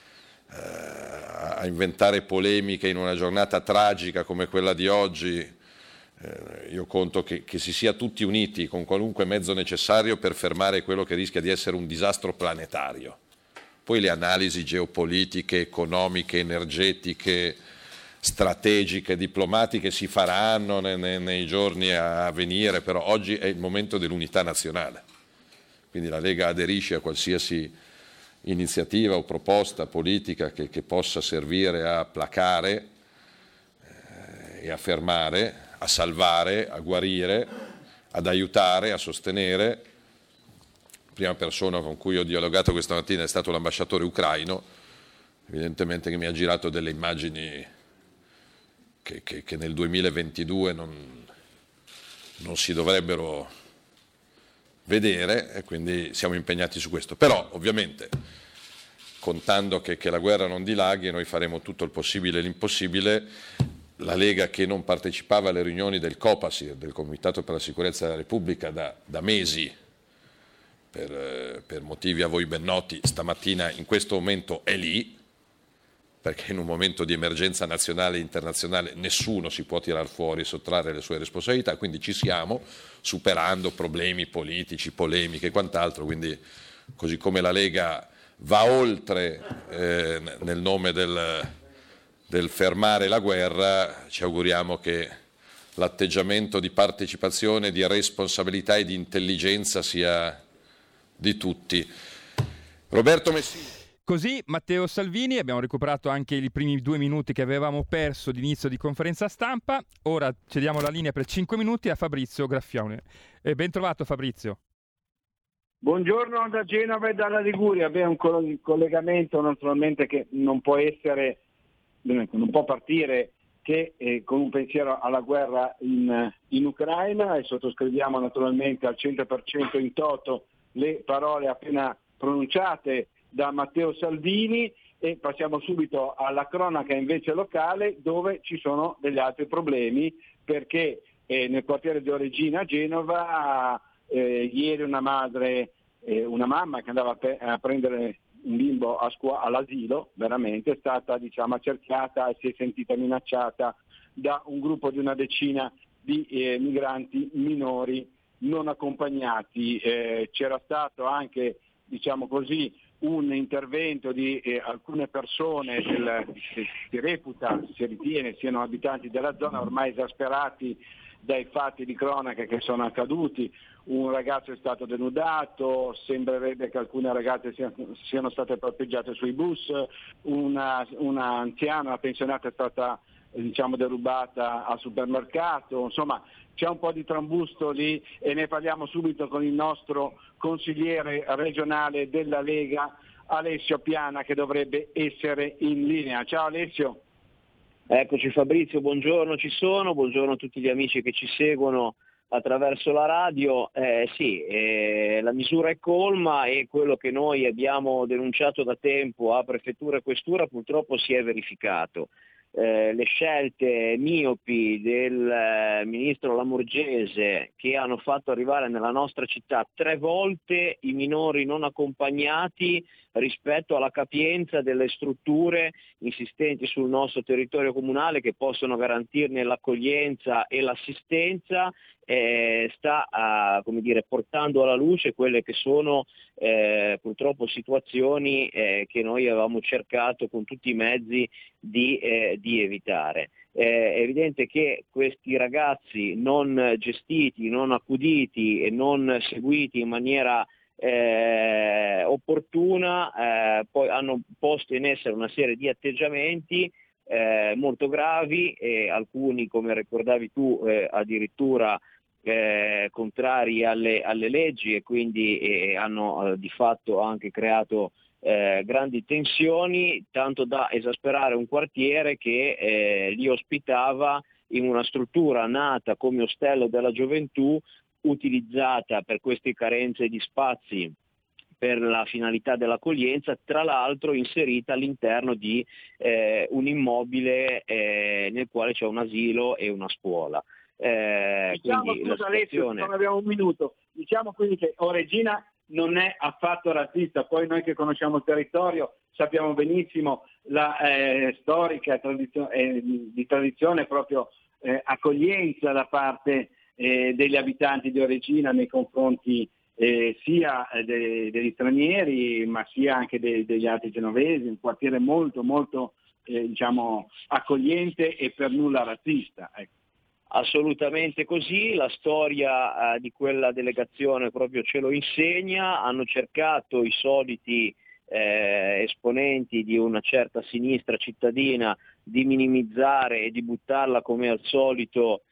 a inventare polemiche in una giornata tragica come quella di oggi. Io conto che si sia tutti uniti con qualunque mezzo necessario per fermare quello che rischia di essere un disastro planetario. Poi le analisi geopolitiche, economiche, energetiche, strategiche, diplomatiche si faranno nei giorni a venire, però oggi è il momento dell'unità nazionale. Quindi la Lega aderisce a qualsiasi iniziativa o proposta politica che possa servire a placare e a fermare, a salvare, a guarire, ad aiutare, a sostenere. La prima persona con cui ho dialogato questa mattina è stato l'ambasciatore ucraino, evidentemente che mi ha girato delle immagini che nel 2022 non si dovrebbero vedere, e quindi siamo impegnati su questo. Però ovviamente, contando che la guerra non dilaghi, noi faremo tutto il possibile e l'impossibile. La Lega, che non partecipava alle riunioni del Copasir, del Comitato per la Sicurezza della Repubblica, da mesi, per motivi a voi ben noti, stamattina in questo momento è lì, perché in un momento di emergenza nazionale e internazionale nessuno si può tirar fuori e sottrarre le sue responsabilità, quindi ci siamo, superando problemi politici, polemiche e quant'altro. Quindi, così come la Lega va oltre nel nome del fermare la guerra, ci auguriamo che l'atteggiamento di partecipazione, di responsabilità e di intelligenza sia di tutti. Roberto Messina. Così Matteo Salvini, abbiamo recuperato anche i primi 2 minuti che avevamo perso d'inizio di conferenza stampa. Ora cediamo la linea per 5 minuti a Fabrizio Graffione. Ben trovato Fabrizio. Buongiorno da Genova e dalla Liguria. Abbiamo un collegamento naturalmente che non può partire che con un pensiero alla guerra in Ucraina, e sottoscriviamo naturalmente al 100% in toto le parole appena pronunciate da Matteo Salvini, e passiamo subito alla cronaca invece locale, dove ci sono degli altri problemi, perché nel quartiere di Oregina a Genova ieri una mamma che andava a prendere un bimbo all'asilo, veramente è stata accerchiata e si è sentita minacciata da un gruppo di una decina di migranti minori non accompagnati. C'era stato anche un intervento di alcune persone che si ritiene siano abitanti della zona, ormai esasperati dai fatti di cronaca che sono accaduti. Un ragazzo è stato denudato, sembrerebbe che alcune ragazze siano state parcheggiate sui bus, una anziana, una pensionata è stata derubata al supermercato. Insomma, c'è un po' di trambusto lì, e ne parliamo subito con il nostro consigliere regionale della Lega, Alessio Piana, che dovrebbe essere in linea. Ciao Alessio. Eccoci Fabrizio, buongiorno, buongiorno a tutti gli amici che ci seguono attraverso la radio. La misura è colma, e quello che noi abbiamo denunciato da tempo a prefettura e questura purtroppo si è verificato. le scelte miopi del ministro Lamorgese, che hanno fatto arrivare nella nostra città 3 volte i minori non accompagnati rispetto alla capienza delle strutture insistenti sul nostro territorio comunale che possono garantirne l'accoglienza e l'assistenza, sta portando alla luce quelle che sono purtroppo situazioni che noi avevamo cercato con tutti i mezzi di evitare. È evidente che questi ragazzi non gestiti, non accuditi e non seguiti in maniera opportuna poi hanno posto in essere una serie di atteggiamenti molto gravi, alcuni, come ricordavi tu, addirittura contrari alle leggi, e quindi hanno di fatto anche creato grandi tensioni, tanto da esasperare un quartiere che li ospitava in una struttura nata come ostello della gioventù, utilizzata per queste carenze di spazi per la finalità dell'accoglienza, tra l'altro inserita all'interno di un immobile nel quale c'è un asilo e una scuola. Diciamo, scusa Alessio, non abbiamo un minuto, diciamo quindi che Regina non è affatto razzista, poi noi che conosciamo il territorio sappiamo benissimo la storica di tradizione proprio accoglienza da parte degli abitanti di Regina nei confronti sia degli stranieri ma sia anche degli altri genovesi, un quartiere molto molto accogliente e per nulla razzista. Ecco. Assolutamente così, la storia di quella delegazione proprio ce lo insegna. Hanno cercato i soliti esponenti di una certa sinistra cittadina di minimizzare e di buttarla come al solito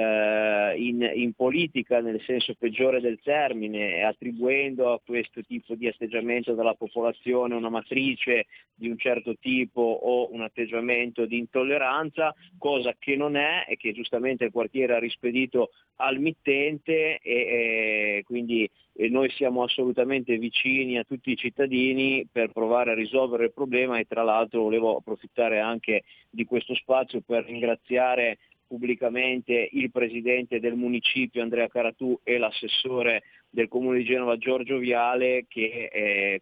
in politica nel senso peggiore del termine, attribuendo a questo tipo di atteggiamento della popolazione una matrice di un certo tipo o un atteggiamento di intolleranza, cosa che non è e che giustamente il quartiere ha rispedito al mittente, e quindi noi siamo assolutamente vicini a tutti i cittadini per provare a risolvere il problema. E tra l'altro volevo approfittare anche di questo spazio per ringraziare pubblicamente il presidente del municipio Andrea Caratù e l'assessore del comune di Genova Giorgio Viale, che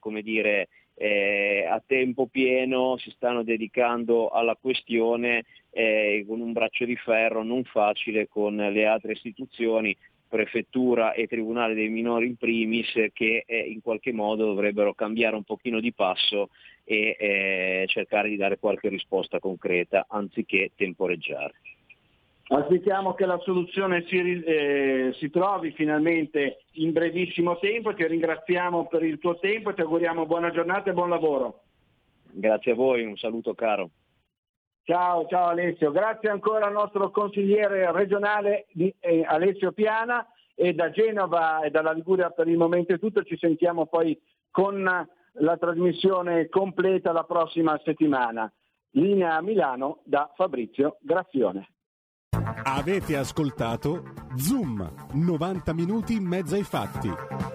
a tempo pieno si stanno dedicando alla questione con un braccio di ferro non facile con le altre istituzioni, prefettura e tribunale dei minori in primis, che in qualche modo dovrebbero cambiare un pochino di passo e cercare di dare qualche risposta concreta anziché temporeggiare. Aspettiamo che la soluzione si trovi finalmente in brevissimo tempo. Ti ringraziamo per il tuo tempo e ti auguriamo buona giornata e buon lavoro. Grazie a voi, un saluto caro. Ciao Alessio, grazie ancora al nostro consigliere regionale Alessio Piana, e da Genova e dalla Liguria per il momento è tutto. Ci sentiamo poi con la trasmissione completa la prossima settimana. Linea a Milano da Fabrizio Graffione. Avete ascoltato Zoom, 90 minuti in mezzo ai fatti.